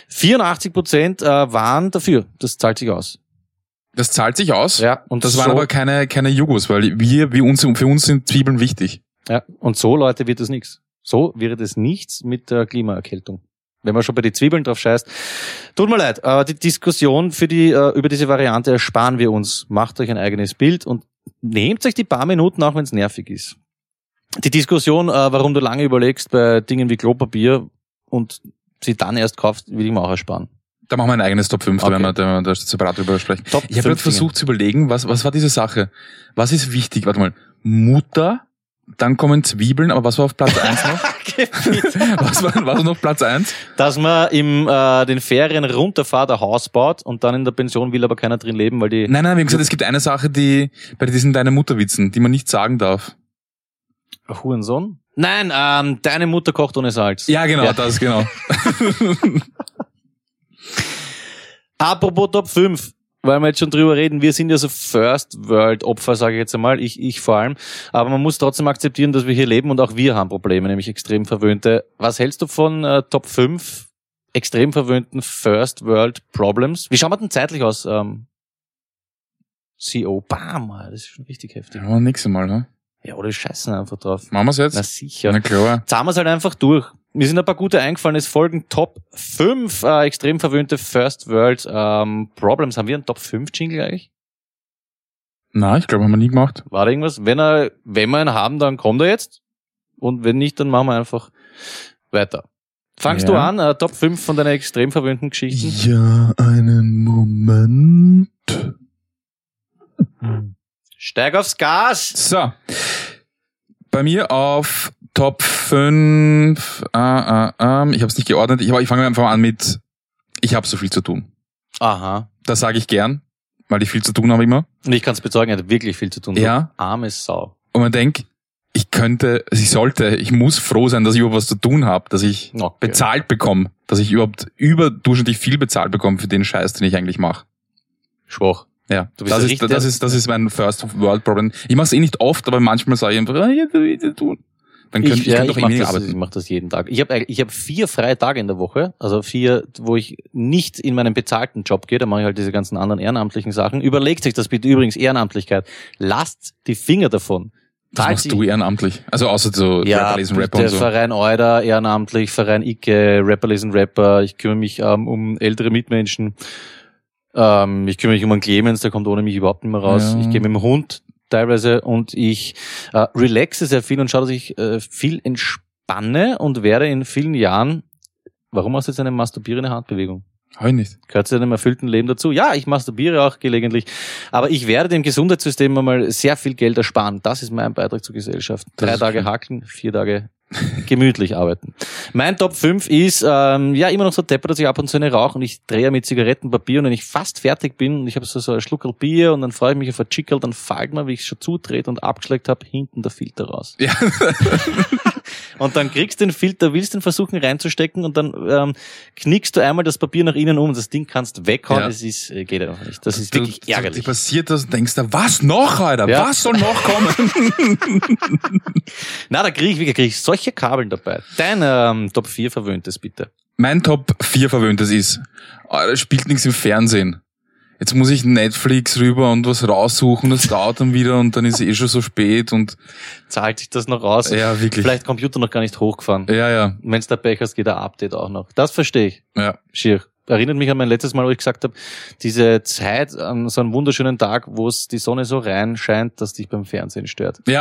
Speaker 1: 84% waren dafür, das zahlt sich aus.
Speaker 2: Das zahlt sich aus?
Speaker 1: Ja. Und
Speaker 2: das waren aber keine Jugos, weil für uns sind Zwiebeln wichtig.
Speaker 1: Ja, und so, Leute, wird es nichts. So wäre das nichts mit der Klimaerkältung. Wenn man schon bei den Zwiebeln drauf scheißt. Tut mir leid, die Diskussion über diese Variante ersparen wir uns. Macht euch ein eigenes Bild und nehmt euch die paar Minuten, auch wenn es nervig ist. Die Diskussion, warum du lange überlegst bei Dingen wie Klopapier und sie dann erst kaufst, will ich mir auch ersparen.
Speaker 2: Da machen wir ein eigenes Top 5, da werden wir da separat drüber sprechen. Ich habe versucht zu überlegen, was war diese Sache? Was ist wichtig? Warte mal, Mutter, dann kommen Zwiebeln, aber was war auf Platz 1 noch? was war noch Platz 1?
Speaker 1: Dass man in den Ferien runterfahrt, ein Haus baut und dann in der Pension will aber keiner drin leben, weil die...
Speaker 2: Nein, wie gesagt, es gibt eine Sache, die bei diesen deine Mutterwitzen, die man nicht sagen darf.
Speaker 1: Hurensohn? Nein, deine Mutter kocht ohne Salz.
Speaker 2: Ja, genau, das, genau.
Speaker 1: Apropos Top 5, weil wir jetzt schon drüber reden, wir sind ja so First-World-Opfer, sage ich jetzt einmal, ich vor allem, aber man muss trotzdem akzeptieren, dass wir hier leben und auch wir haben Probleme, nämlich extrem verwöhnte. Was hältst du von Top 5 extrem verwöhnten First-World-Problems? Wie schauen wir denn zeitlich aus? CO, bam, das ist schon richtig heftig.
Speaker 2: Ja, nächstes Mal, ne?
Speaker 1: Ja, oder scheißen einfach drauf.
Speaker 2: Machen wir's jetzt?
Speaker 1: Na sicher.
Speaker 2: Na klar.
Speaker 1: Zahlen wir's halt einfach durch. Mir sind ein paar gute eingefallen. Es folgen Top 5 extrem verwöhnte First World Problems. Haben wir einen Top 5 Jingle eigentlich?
Speaker 2: Nein, ich glaube, haben wir nie gemacht.
Speaker 1: War da irgendwas? Wenn wir einen haben, dann kommt er jetzt. Und wenn nicht, dann machen wir einfach weiter. Fangst du an, Top 5 von deinen extrem verwöhnten Geschichten?
Speaker 2: Ja, einen Moment.
Speaker 1: Steig aufs Gas!
Speaker 2: So. Bei mir auf Top 5, ich habe es nicht geordnet, ich fange einfach mal an mit, ich habe so viel zu tun.
Speaker 1: Aha.
Speaker 2: Das sage ich gern, weil ich viel zu tun habe immer.
Speaker 1: Und ich kann es bezeugen, er hat wirklich viel zu tun.
Speaker 2: Ja.
Speaker 1: Arme Sau.
Speaker 2: Und man denkt, ich muss froh sein, dass ich überhaupt was zu tun habe, dass ich bezahlt bekomme, dass ich überhaupt überdurchschnittlich viel bezahlt bekomme für den Scheiß, den ich eigentlich mache.
Speaker 1: Schwach.
Speaker 2: Ja, das ist mein First World Problem. Ich mache es nicht oft, aber manchmal sage ich einfach, ich habe viel zu tun. Dann könnte ich doch weniger arbeiten.
Speaker 1: Ich mache das jeden Tag. Ich hab 4 freie Tage in der Woche, also 4, wo ich nicht in meinen bezahlten Job gehe, da mache ich halt diese ganzen anderen ehrenamtlichen Sachen. Überlegt sich das bitte übrigens, Ehrenamtlichkeit. Lasst die Finger davon.
Speaker 2: Was machst du ehrenamtlich? Also außer so Rapper lesen Rapper und so.
Speaker 1: Verein Euder ehrenamtlich, Verein Icke, Rapper lesen Rapper. Ich kümmere mich um ältere Mitmenschen. Ich kümmere mich um einen Clemens, der kommt ohne mich überhaupt nicht mehr raus. Ja. Ich gehe mit dem Hund teilweise und ich relaxe sehr viel und schaue, dass ich viel entspanne und werde in vielen Jahren... Warum hast du jetzt eine masturbierende Handbewegung?
Speaker 2: Habe ich nicht.
Speaker 1: Gehört zu einem erfüllten Leben dazu? Ja, ich masturbiere auch gelegentlich. Aber ich werde dem Gesundheitssystem einmal sehr viel Geld ersparen. Das ist mein Beitrag zur Gesellschaft. 3 Tage hakeln, 4 Tage gemütlich arbeiten. Mein Top 5 ist immer noch so deppert, dass ich ab und zu eine rauche und ich drehe mit Zigarettenpapier und wenn ich fast fertig bin und ich habe so ein Schluckerl Bier und dann freue ich mich auf ein Chickerl, dann fällt mir, wie ich schon zudreht und abgeschleckt habe, hinten der Filter raus. Ja. Und dann kriegst du den Filter, willst den versuchen reinzustecken und dann knickst du einmal das Papier nach innen um und das Ding kannst weghauen. Ja. Es geht einfach nicht. Das ist wirklich ärgerlich.
Speaker 2: Dir passiert das und denkst du, was noch, Alter? Ja. Was soll noch kommen?
Speaker 1: Na, da krieg ich solche Kabeln dabei. Dein Top 4 Verwöhntes, bitte.
Speaker 2: Mein Top 4 Verwöhntes ist, das spielt nichts im Fernsehen. Jetzt muss ich Netflix rüber und was raussuchen, das dauert dann wieder und dann ist schon so spät und...
Speaker 1: Zahlt sich das noch raus?
Speaker 2: Ja, wirklich.
Speaker 1: Vielleicht Computer noch gar nicht hochgefahren.
Speaker 2: Ja.
Speaker 1: Und wenn's da Pech hast, geht ein Update auch noch. Das verstehe ich.
Speaker 2: Ja.
Speaker 1: Schier. Erinnert mich an mein letztes Mal, wo ich gesagt habe, diese Zeit an so einem wunderschönen Tag, wo es die Sonne so rein scheint, dass dich beim Fernsehen stört.
Speaker 2: Ja.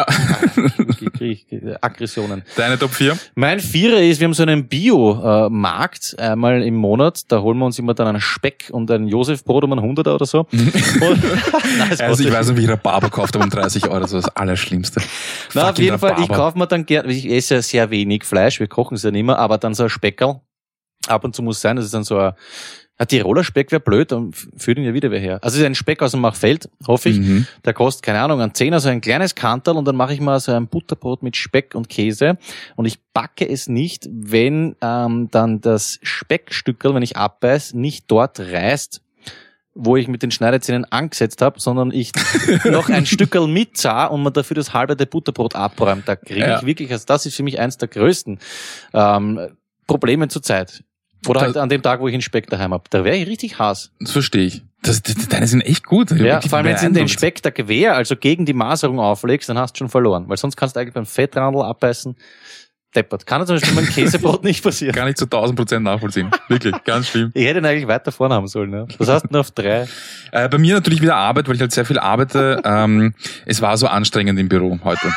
Speaker 1: Aggressionen.
Speaker 2: Deine Top 4?
Speaker 1: Mein 4er ist, wir haben so einen Bio-Markt einmal im Monat, da holen wir uns immer dann einen Speck und ein Josefbrot um einen 100er oder so. Und,
Speaker 2: also ich weiß nicht, wie ich Rhabarber gekauft habe um 30 €, das war das Allerschlimmste.
Speaker 1: Na, auf jeden Fall, ich kaufe mir dann gerne, ich esse ja sehr wenig Fleisch, wir kochen es ja nicht mehr, aber dann so ein Speckerl. Ab und zu muss sein, das ist dann so ein Tiroler Speck wäre blöd, dann führt ihn ja wieder wer her. Also es ist ein Speck aus dem Machfeld, hoffe ich. Mhm. Der kostet, keine Ahnung, einen 10er, so ein kleines Kanterl und dann mache ich mal so ein Butterbrot mit Speck und Käse und ich backe es nicht, wenn dann das Speckstückerl, wenn ich abbeiß, nicht dort reißt, wo ich mit den Schneidezähnen angesetzt habe, sondern ich noch ein Stückerl mitzah und man dafür das halbe der Butterbrot abräumt. Da kriege ich wirklich, also das ist für mich eins der größten Probleme zur Zeit. Oder halt an dem Tag, wo ich einen Speck daheim habe. Da wäre ich richtig Hass.
Speaker 2: Das verstehe ich. Deine sind echt gut.
Speaker 1: Ja, vor allem wenn du in den Speck der Quer, also gegen die Maserung auflegst, dann hast du schon verloren. Weil sonst kannst du eigentlich beim Fettrandl abbeißen. deppert. Kann zum Beispiel mein Käsebrot nicht passieren.
Speaker 2: Kann ich zu 1000% nachvollziehen. Wirklich, ganz schlimm.
Speaker 1: Ich hätte ihn eigentlich weiter vorne haben sollen. Ja. Was hast du denn auf 3?
Speaker 2: Bei mir natürlich wieder Arbeit, weil ich halt sehr viel arbeite. Es war so anstrengend im Büro heute.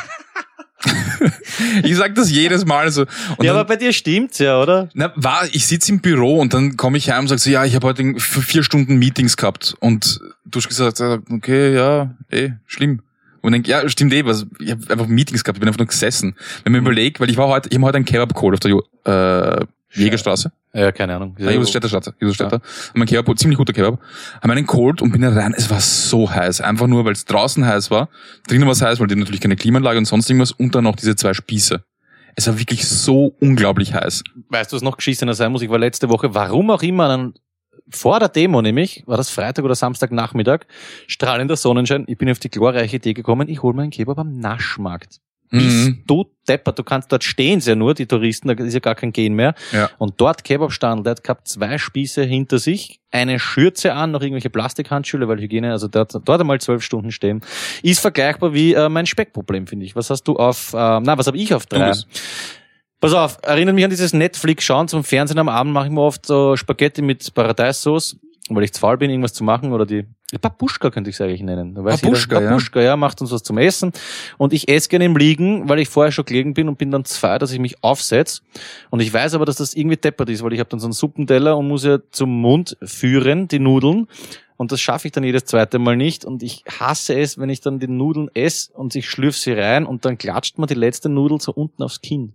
Speaker 2: Ich sag das jedes Mal so. Und
Speaker 1: ja,
Speaker 2: dann,
Speaker 1: aber bei dir stimmt's ja, oder?
Speaker 2: Ich sitze im Büro und dann komme ich heim und sag so, ja, ich habe heute 4 Stunden Meetings gehabt. Und du hast gesagt, okay, ja, schlimm. Und ich denke, ja, stimmt ich habe einfach Meetings gehabt, ich bin einfach nur gesessen. Wenn man überlegt, weil ich habe heute einen Kebab geholt auf der Jägerstraße.
Speaker 1: Ja, keine Ahnung.
Speaker 2: Josefstädter Straße. Haben einen Kebab, ziemlich guter Kebab. Haben einen geholt und bin da rein. Es war so heiß. Einfach nur, weil es draußen heiß war. Drinnen war es heiß, weil die natürlich keine Klimaanlage und sonst irgendwas. Und dann noch diese 2 Spieße. Es war wirklich so unglaublich heiß.
Speaker 1: Weißt du, was noch geschissener sein muss? Ich war letzte Woche, warum auch immer, dann vor der Demo nämlich, war das Freitag oder Samstagnachmittag, strahlender Sonnenschein. Ich bin auf die glorreiche Idee gekommen, ich hole mir einen Kebab am Naschmarkt. Bist du deppert, du kannst dort stehen ja nur, die Touristen, da ist ja gar kein Gehen mehr.
Speaker 2: Ja.
Speaker 1: Und dort Kebabstand, der hat gehabt 2 Spieße hinter sich, eine Schürze an, noch irgendwelche Plastikhandschuhe, weil Hygiene, also dort einmal 12 Stunden stehen. Ist vergleichbar wie mein Speckproblem, finde ich. Was hast du auf, was habe ich auf 3? Pass auf, erinnert mich an dieses Netflix-Schauen zum Fernsehen am Abend, mache ich mir oft so Spaghetti mit Paradeissauce, weil ich zu faul bin, irgendwas zu machen, oder die Babuschka könnte ich es eigentlich nennen. Babuschka, ja, macht uns was zum Essen. Und ich esse gerne im Liegen, weil ich vorher schon gelegen bin und bin dann zu faul, dass ich mich aufsetze. Und ich weiß aber, dass das irgendwie deppert ist, weil ich habe dann so einen Suppenteller und muss ja zum Mund führen, die Nudeln. Und das schaffe ich dann jedes zweite Mal nicht. Und ich hasse es, wenn ich dann die Nudeln esse und ich schlürf sie rein und dann klatscht man die letzte Nudel so unten aufs Kinn.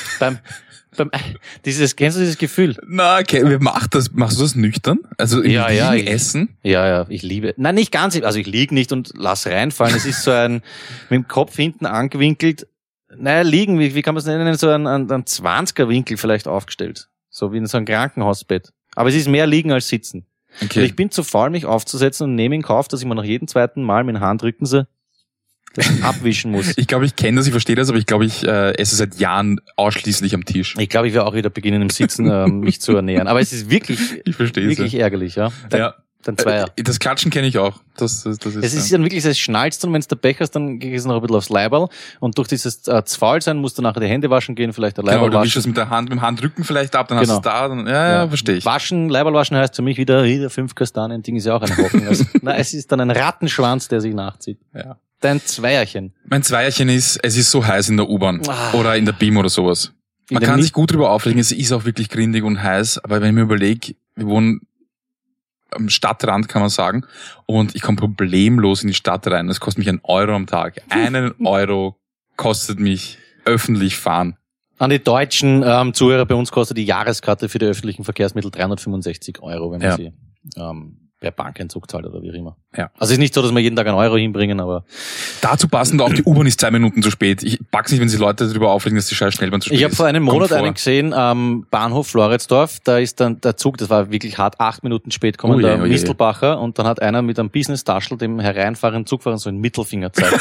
Speaker 1: Kennst du dieses Gefühl?
Speaker 2: Na, okay, machst du das nüchtern? Also im Liegen essen?
Speaker 1: Ja, ich liebe. Nein, nicht ganz, also ich lieg nicht und lass reinfallen. Es ist so ein, mit dem Kopf hinten angewinkelt. Naja, liegen, wie kann man es nennen? So ein 20er Winkel vielleicht aufgestellt. So wie in so einem Krankenhausbett. Aber es ist mehr liegen als sitzen. Okay. Und ich bin zu faul, mich aufzusetzen und nehme in Kauf, dass ich mir nach jedem zweiten Mal mit den Handrücken so das abwischen muss.
Speaker 2: Ich glaube, ich kenne das, ich verstehe das, aber ich glaube, ich esse seit Jahren ausschließlich am Tisch.
Speaker 1: Ich glaube, ich werde auch wieder beginnen im Sitzen mich zu ernähren. Aber es ist wirklich, wirklich ärgerlich, ja. Dann 2er.
Speaker 2: Das Klatschen kenne ich auch. Das ist
Speaker 1: es ist dann wirklich, es schnalzt und wenn es der Pech hast, dann geht es noch ein bisschen aufs Leiberl und durch dieses Faulsein musst du nachher die Hände waschen gehen, vielleicht der Leiberl waschen.
Speaker 2: Du wischst es mit der Hand, mit dem Handrücken vielleicht ab, dann hast du es da, dann, ja, verstehe ich.
Speaker 1: Leiberl waschen heißt für mich wieder 5 Kastanien-Ding ist ja auch eine Hoffnung. Also, es ist dann ein Rattenschwanz, der sich nachzieht. Ja. Dein 2erchen.
Speaker 2: Mein 2erchen ist, es ist so heiß in der U-Bahn oder in der BIM oder sowas. Man kann sich gut drüber aufregen, es ist auch wirklich grindig und heiß, aber wenn ich mir überlege, wir wohnen am Stadtrand, kann man sagen, und ich komme problemlos in die Stadt rein. Das kostet mich 1 Euro am Tag. 1 Euro kostet mich öffentlich fahren.
Speaker 1: An die deutschen Zuhörer, bei uns kostet die Jahreskarte für die öffentlichen Verkehrsmittel 365 Euro, wenn man sie per Bankentzug zahlt oder wie auch immer. Ja. Also es ist nicht so, dass wir jeden Tag 1 Euro hinbringen, aber...
Speaker 2: Dazu passend auch, die U-Bahn ist 2 Minuten zu spät. Ich pack's nicht, wenn sich Leute darüber aufregen, dass die scheiß Schnellbahn zu spät ist.
Speaker 1: Ich habe vor einem Monat einen gesehen, am Bahnhof Floridsdorf, da ist dann der Zug, das war wirklich hart, 8 Minuten spät kommen, der Mistelbacher, und dann hat einer mit einem Business-Taschel dem hereinfahrenden Zugfahrer so einen Mittelfinger gezeigt.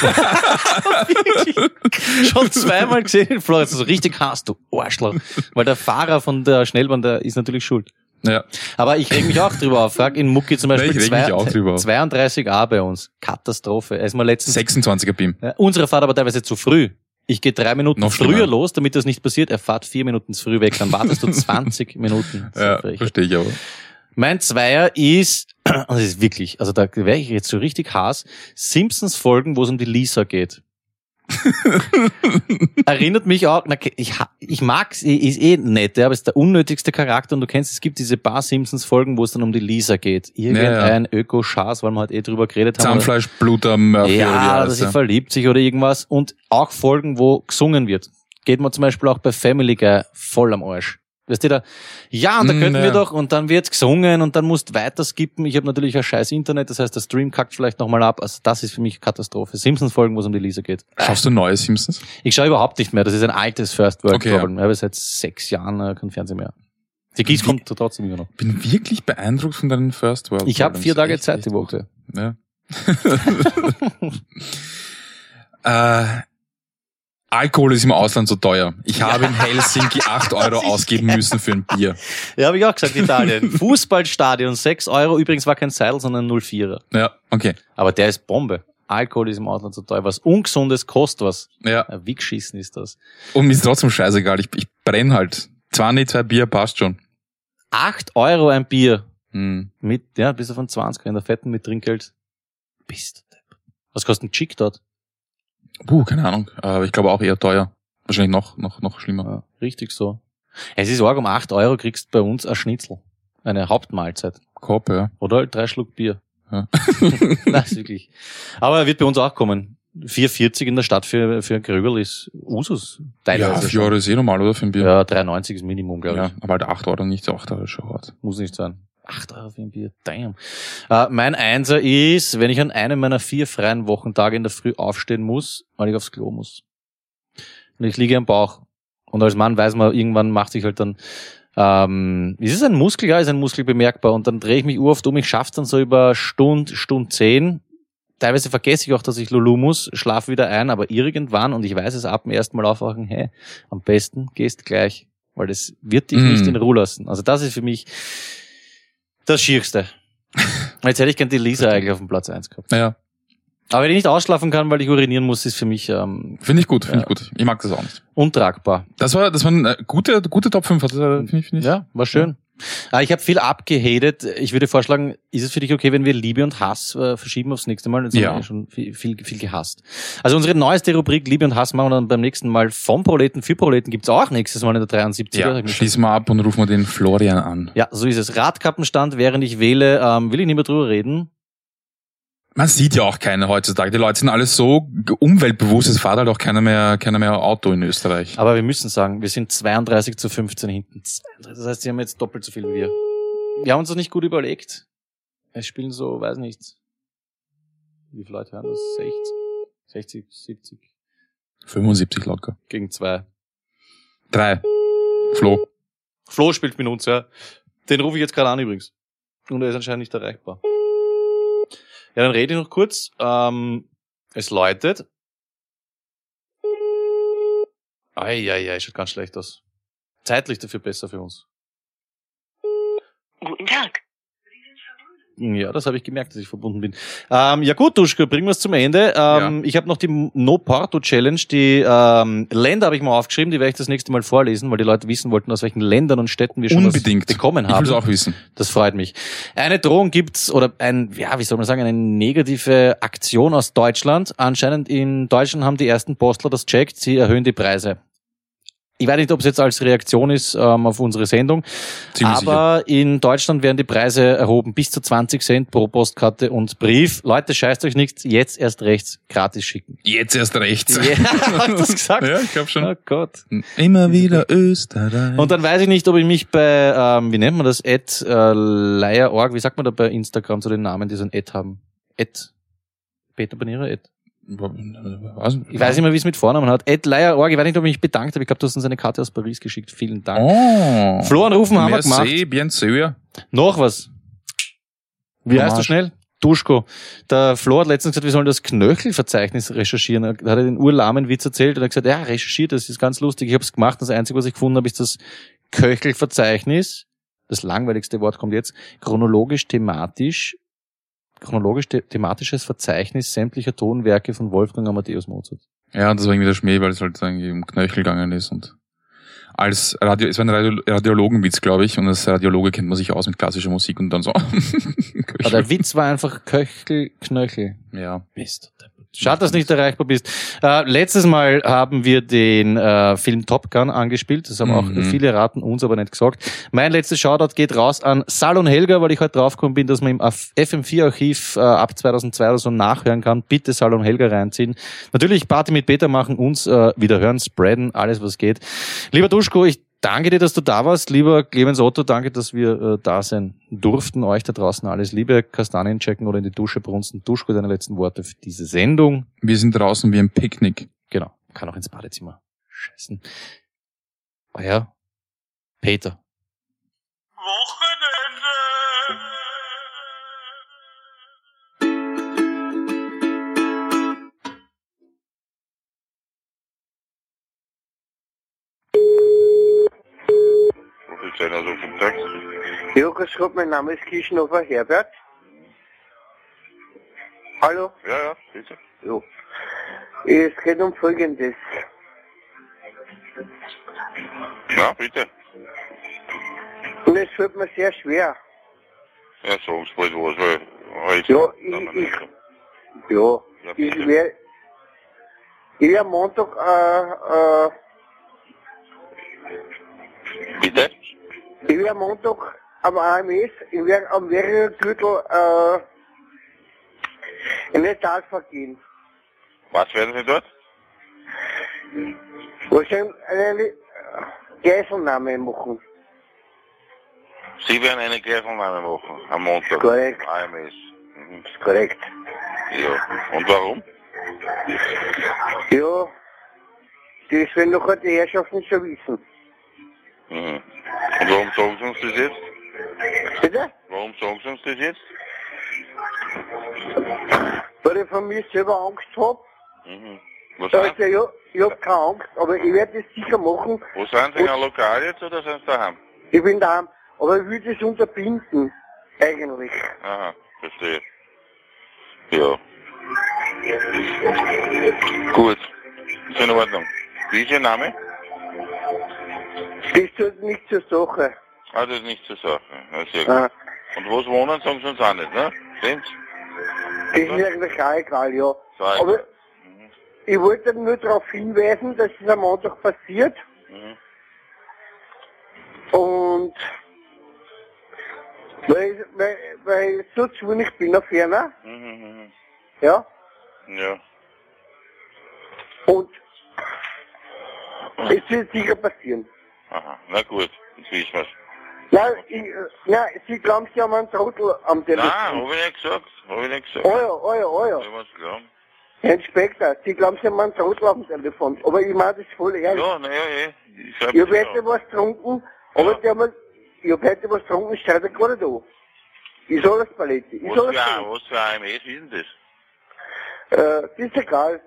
Speaker 1: Schon 2-mal gesehen in Floridsdorf, so richtig Hass, du Arschloch. Weil der Fahrer von der Schnellbahn, der ist natürlich schuld.
Speaker 2: Ja.
Speaker 1: Aber ich reg mich auch drüber auf. Frag in Mucki zum Beispiel 32a bei uns. Katastrophe. Er ist mal letztens
Speaker 2: 26er BIM.
Speaker 1: Ja, unsere fahrt aber teilweise zu früh. Ich gehe 3 Minuten noch früher los, damit das nicht passiert. Er fährt 4 Minuten zu früh weg. Dann wartest du 20 Minuten.
Speaker 2: Ja, verstehe ich aber.
Speaker 1: Mein 2er ist, und das ist wirklich, also da wäre ich jetzt so richtig Hass, Simpsons-Folgen, wo es um die Lisa geht. Erinnert mich auch, ich mag's, ist nett, aber ist der unnötigste Charakter und du kennst, es gibt diese paar Simpsons-Folgen, wo es dann um die Lisa geht. Irgendein Öko-Schaß, weil wir halt drüber geredet haben.
Speaker 2: Zahnfleisch, Blut am Murphy.
Speaker 1: Ja, dass sie verliebt sich oder irgendwas. Und auch Folgen, wo gesungen wird. Geht man zum Beispiel auch bei Family Guy voll am Arsch. Weißt du da? Ja, und da könnten wir doch, und dann wird's gesungen und dann musst du weiter skippen. Ich habe natürlich ein scheiß Internet, das heißt, der Stream kackt vielleicht nochmal ab. Also das ist für mich Katastrophe. Simpsons-Folgen, wo es um die Lisa geht.
Speaker 2: Schaust du neue Simpsons?
Speaker 1: Ich schaue überhaupt nicht mehr. Das ist ein altes First-World-Problem. Ich habe seit 6 Jahren kein Fernsehen mehr. Die Gieß kommt trotzdem immer noch.
Speaker 2: Bin wirklich beeindruckt von deinen First-World.
Speaker 1: Ich habe 4 Tage Zeit die Woche.
Speaker 2: Ja. Alkohol ist im Ausland so teuer. Ich habe in Helsinki 8 Euro ausgeben müssen für ein Bier.
Speaker 1: Ja, habe ich auch gesagt, Italien. Fußballstadion, 6 Euro. Übrigens war kein Seidel, sondern 04er.
Speaker 2: Ja, okay.
Speaker 1: Aber der ist Bombe. Alkohol ist im Ausland so teuer, was Ungesundes kostet was.
Speaker 2: Ja.
Speaker 1: Wie geschissen ist das?
Speaker 2: Und mir ist trotzdem scheißegal, ich brenne halt. 2 Bier passt schon.
Speaker 1: 8 € ein Bier. Mit, ja, bis auf von 20 in der Fetten mit Trinkgeld. Bist du depp. Was kostet ein Chick dort?
Speaker 2: Keine Ahnung. Aber ich glaube auch eher teuer. Wahrscheinlich noch schlimmer.
Speaker 1: Ja, richtig so. Es ist arg, um 8 € kriegst du bei uns ein Schnitzel. Eine Hauptmahlzeit.
Speaker 2: Korb, ja.
Speaker 1: Oder halt 3 Schluck Bier.
Speaker 2: Ja.
Speaker 1: Nein, ist wirklich. Aber er wird bei uns auch kommen. 4,40 in der Stadt für ein Grögerl ist Usus.
Speaker 2: Ja, 4 € ist eh normal, oder? Für ein Bier.
Speaker 1: Ja, 3,90 ist Minimum, glaube ich.
Speaker 2: Ja, aber halt 8 € nicht, 8 € ist schon hart.
Speaker 1: Muss nicht sein. 8 € für ein Bier, damn. Mein Einser ist, wenn ich an einem meiner 4 freien Wochentage in der Früh aufstehen muss, weil ich aufs Klo muss. Und ich liege am Bauch. Und als Mann weiß man, irgendwann macht sich halt dann, ist es ein Muskel? Ja, ist ein Muskel bemerkbar. Und dann drehe ich mich oft um, ich schaff's dann so über Stunde 10. Teilweise vergesse ich auch, dass ich Lulu muss, schlafe wieder ein, aber irgendwann, und ich weiß es ab dem ersten Mal aufwachen, hey, am besten gehst gleich, weil das wird dich nicht in Ruhe lassen. Also das ist für mich das Schierste. Jetzt hätte ich gern die Lisa eigentlich auf dem Platz 1 gehabt.
Speaker 2: Ja.
Speaker 1: Aber wenn ich nicht ausschlafen kann, weil ich urinieren muss, ist für mich
Speaker 2: finde ich gut. Ich mag das auch nicht.
Speaker 1: Untragbar.
Speaker 2: Das war eine gute Top 5, finde ich.
Speaker 1: Ja, war schön. Ja. Ich habe viel abgehatet. Ich würde vorschlagen, ist es für dich okay, wenn wir Liebe und Hass verschieben aufs nächste Mal? Jetzt haben wir schon viel gehasst. Also unsere neueste Rubrik Liebe und Hass machen wir dann beim nächsten Mal vom Proleten für Proleten. Gibt's auch nächstes Mal in der 73er.
Speaker 2: Ja, schließen wir ab und rufen wir den Florian an.
Speaker 1: Ja, so ist es. Radkappenstand, während ich wähle, will ich nicht mehr drüber reden.
Speaker 2: Man sieht ja auch keine heutzutage. Die Leute sind alles so umweltbewusst, es fährt halt auch keiner mehr Auto in Österreich.
Speaker 1: Aber wir müssen sagen, wir sind 32-15 hinten. Das heißt, sie haben jetzt doppelt so viel wie wir. Wir haben uns das nicht gut überlegt. Es spielen so, weiß nicht, wie viele Leute hören das? 60, 70?
Speaker 2: 75 locker.
Speaker 1: Gegen 2.
Speaker 2: 3. Flo.
Speaker 1: Flo spielt mit uns, ja. Den rufe ich jetzt gerade an übrigens. Und er ist anscheinend nicht erreichbar. Ja, dann rede ich noch kurz. Es läutet. Schaut ganz schlecht aus. Zeitlich dafür besser für uns.
Speaker 5: Guten Tag.
Speaker 1: Ja, das habe ich gemerkt, dass ich verbunden bin. Ja gut, Duschko, bringen wir es zum Ende. Ich habe noch die No-Porto-Challenge. Die Länder habe ich mal aufgeschrieben, die werde ich das nächste Mal vorlesen, weil die Leute wissen wollten, aus welchen Ländern und Städten wir schon was bekommen haben.
Speaker 2: Ich will es auch wissen.
Speaker 1: Das freut mich. Eine Drohung gibt's, oder eine negative Aktion aus Deutschland. Anscheinend in Deutschland haben die ersten Postler das checkt, sie erhöhen die Preise. Ich weiß nicht, ob es jetzt als Reaktion ist auf unsere Sendung,
Speaker 2: ziemlich
Speaker 1: aber sicher. In Deutschland werden die Preise erhoben bis zu 20 Cent pro Postkarte und Brief. Leute, scheißt euch nichts, jetzt erst rechts gratis schicken.
Speaker 2: Jetzt erst rechts.
Speaker 1: Ja, hast du das gesagt?
Speaker 2: Ja, ich glaube schon.
Speaker 1: Oh Gott.
Speaker 2: Immer wieder Österreich.
Speaker 1: Und dann weiß ich nicht, ob ich mich bei, wie nennt man das, @leierorg, wie sagt man da bei Instagram zu den Namen, die so ein haben? Peter Banera, Ich weiß nicht mehr, wie es mit Vornamen hat. @leierorg, ich weiß nicht, ob ich mich bedankt habe. Ich glaube, du hast uns eine Karte aus Paris geschickt. Vielen Dank.
Speaker 2: Oh.
Speaker 1: Flo anrufen haben wir gemacht.
Speaker 2: Bien sûr.
Speaker 1: Noch was. Wie heißt du schnell? Duschko. Der Flo hat letztens gesagt, wir sollen das Knöchelverzeichnis recherchieren. Da hat er den urlahmen Witz erzählt und hat gesagt, ja, recherchiert, das ist ganz lustig. Ich habe es gemacht. Das Einzige, was ich gefunden habe, ist das Köchelverzeichnis. Das langweiligste Wort kommt jetzt. Chronologisch-thematisches Verzeichnis sämtlicher Tonwerke von Wolfgang Amadeus Mozart.
Speaker 2: Ja, das war irgendwie der Schmäh, weil es halt irgendwie um Knöchel gegangen ist und es war ein Radiologenwitz, glaube ich, und als Radiologe kennt man sich aus mit klassischer Musik und dann so.
Speaker 1: Aber der Witz war einfach Knöchel.
Speaker 2: Ja.
Speaker 1: Mist. Schade, dass du nicht erreichbar bist. Letztes Mal haben wir den Film Top Gun angespielt. Das haben auch viele raten, uns aber nicht gesagt. Mein letztes Shoutout geht raus an Salon Helga, weil ich heute draufgekommen bin, dass man im FM4-Archiv ab 2002 oder so nachhören kann. Bitte Salon Helga reinziehen. Natürlich Party mit Peter machen, uns wieder hören, spreaden, alles was geht. Lieber Duschko, ich danke dir, dass du da warst. Lieber Clemens Otto, danke, dass wir da sein durften. Euch da draußen alles Liebe. Kastanien checken oder in die Dusche brunzen. Duschko, deine letzten Worte für diese Sendung.
Speaker 2: Wir sind draußen wie ein Picknick.
Speaker 1: Genau. Kann auch ins Badezimmer scheißen. Euer Peter.
Speaker 6: Guten Tag.
Speaker 7: Ja, grüß Gott, mein Name ist Kischenhofer Herbert.
Speaker 6: Hallo? Ja, bitte.
Speaker 5: Jo. Es geht um Folgendes.
Speaker 6: Ja, bitte.
Speaker 5: Und es fällt mir sehr schwer.
Speaker 6: Ja, sag's bald was, weil
Speaker 5: Ja, ich werde am Montag,
Speaker 6: Bitte?
Speaker 5: ich werde am Montag am AMS, ich werde am Währergürtel, in den Talfahrt gehen.
Speaker 6: Was werden Sie dort?
Speaker 5: Wahrscheinlich eine Geiselnahme machen.
Speaker 6: Sie werden eine Geiselnahme machen am Montag.
Speaker 5: Korrekt.
Speaker 6: AMS. Mhm.
Speaker 5: Korrekt.
Speaker 6: Ja. Und warum?
Speaker 5: Ja, das werden doch die Herrschaften schon wissen.
Speaker 6: Mhm. Und warum sagen Sie uns das jetzt?
Speaker 5: Bitte?
Speaker 6: Warum sagen Sie uns das jetzt?
Speaker 5: Weil ich von mir selber Angst habe.
Speaker 6: Mhm. Was
Speaker 5: Also
Speaker 6: sind?
Speaker 5: ja, ich habe keine Angst, aber ich werde das sicher machen.
Speaker 6: Wo sind Sie in einem Lokal jetzt oder sind Sie daheim?
Speaker 5: Ich bin daheim, aber ich will das unterbinden, eigentlich.
Speaker 6: Aha, verstehe. Ja. Gut. Ist in Ordnung. Wie ist Ihr Name?
Speaker 5: Das tut nicht zur Sache.
Speaker 6: Ah, das ist nicht zur Sache. Ja, sehr gut.
Speaker 5: Ah,
Speaker 6: Und wo Sie wohnen, sagen Sie uns auch nicht, ne? Stimmt's?
Speaker 5: das ist eigentlich auch egal, ja.
Speaker 6: Sag ich.
Speaker 5: Aber ich wollte nur darauf hinweisen, dass es am Montag passiert.
Speaker 6: Mhm.
Speaker 5: Und weil ich so zu wenig bin auf Ferner,
Speaker 6: Mhm.
Speaker 5: ja.
Speaker 6: Ja.
Speaker 5: Und es wird sicher passieren.
Speaker 6: Aha. Na gut, jetzt wissen wir's.
Speaker 5: Nein, Sie glauben, Sie haben einen Trottel am Telefon.
Speaker 6: Nein, hab ich nicht gesagt. Hab ich nicht gesagt.
Speaker 5: Oh ja.
Speaker 6: Ich was glauben.
Speaker 5: Herr Inspektor, Sie glauben, Sie haben einen Trottel am Telefon. Aber ich meine das voll ehrlich.
Speaker 6: Ja, naja, ich
Speaker 5: Ich habe heute was getrunken, aber ich habe heute was getrunken, steht er gar nicht an. Ist alles Palette. Ist alles gut.
Speaker 6: Was für AMS ist denn das?
Speaker 5: Das ist egal.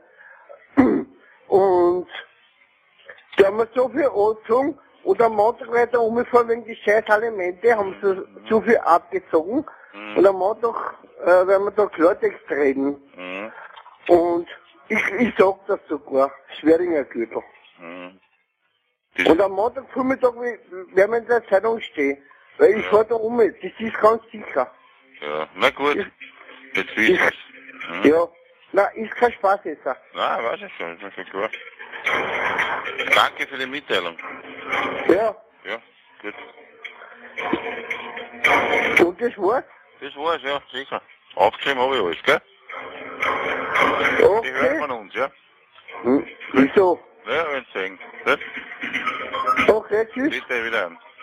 Speaker 5: Und die haben mir so viel angezogen und am Montag weiter umgefahren wegen die scheiß Alimente, haben sie zu viel abgezogen. Und am Montag werden wir da Klartext reden.
Speaker 6: Mhm.
Speaker 5: Und ich sag das sogar, Schweringer Gürtel.
Speaker 6: Mhm.
Speaker 5: Und am Montagvormittag werden wir in der Zeitung stehen. Weil ich fahr da um, das ist ganz sicher.
Speaker 6: Ja, na gut. Jetzt wissen wir's. Mhm.
Speaker 5: Ja, na, ist kein Spaß jetzt.
Speaker 6: Nein, weiß ich schon, ist mir schon klar. Danke für die Mitteilung.
Speaker 5: Ja,
Speaker 6: Ja, gut.
Speaker 5: und das war's?
Speaker 6: Das war's, ja, sicher. Aufgeschrieben habe ich alles, gell? Die hören
Speaker 5: Okay.
Speaker 6: von uns, ja?
Speaker 5: Wieso?
Speaker 6: Ja, wenn Sie sagen. Gut?
Speaker 5: Okay, tschüss.
Speaker 6: Bitte wieder an.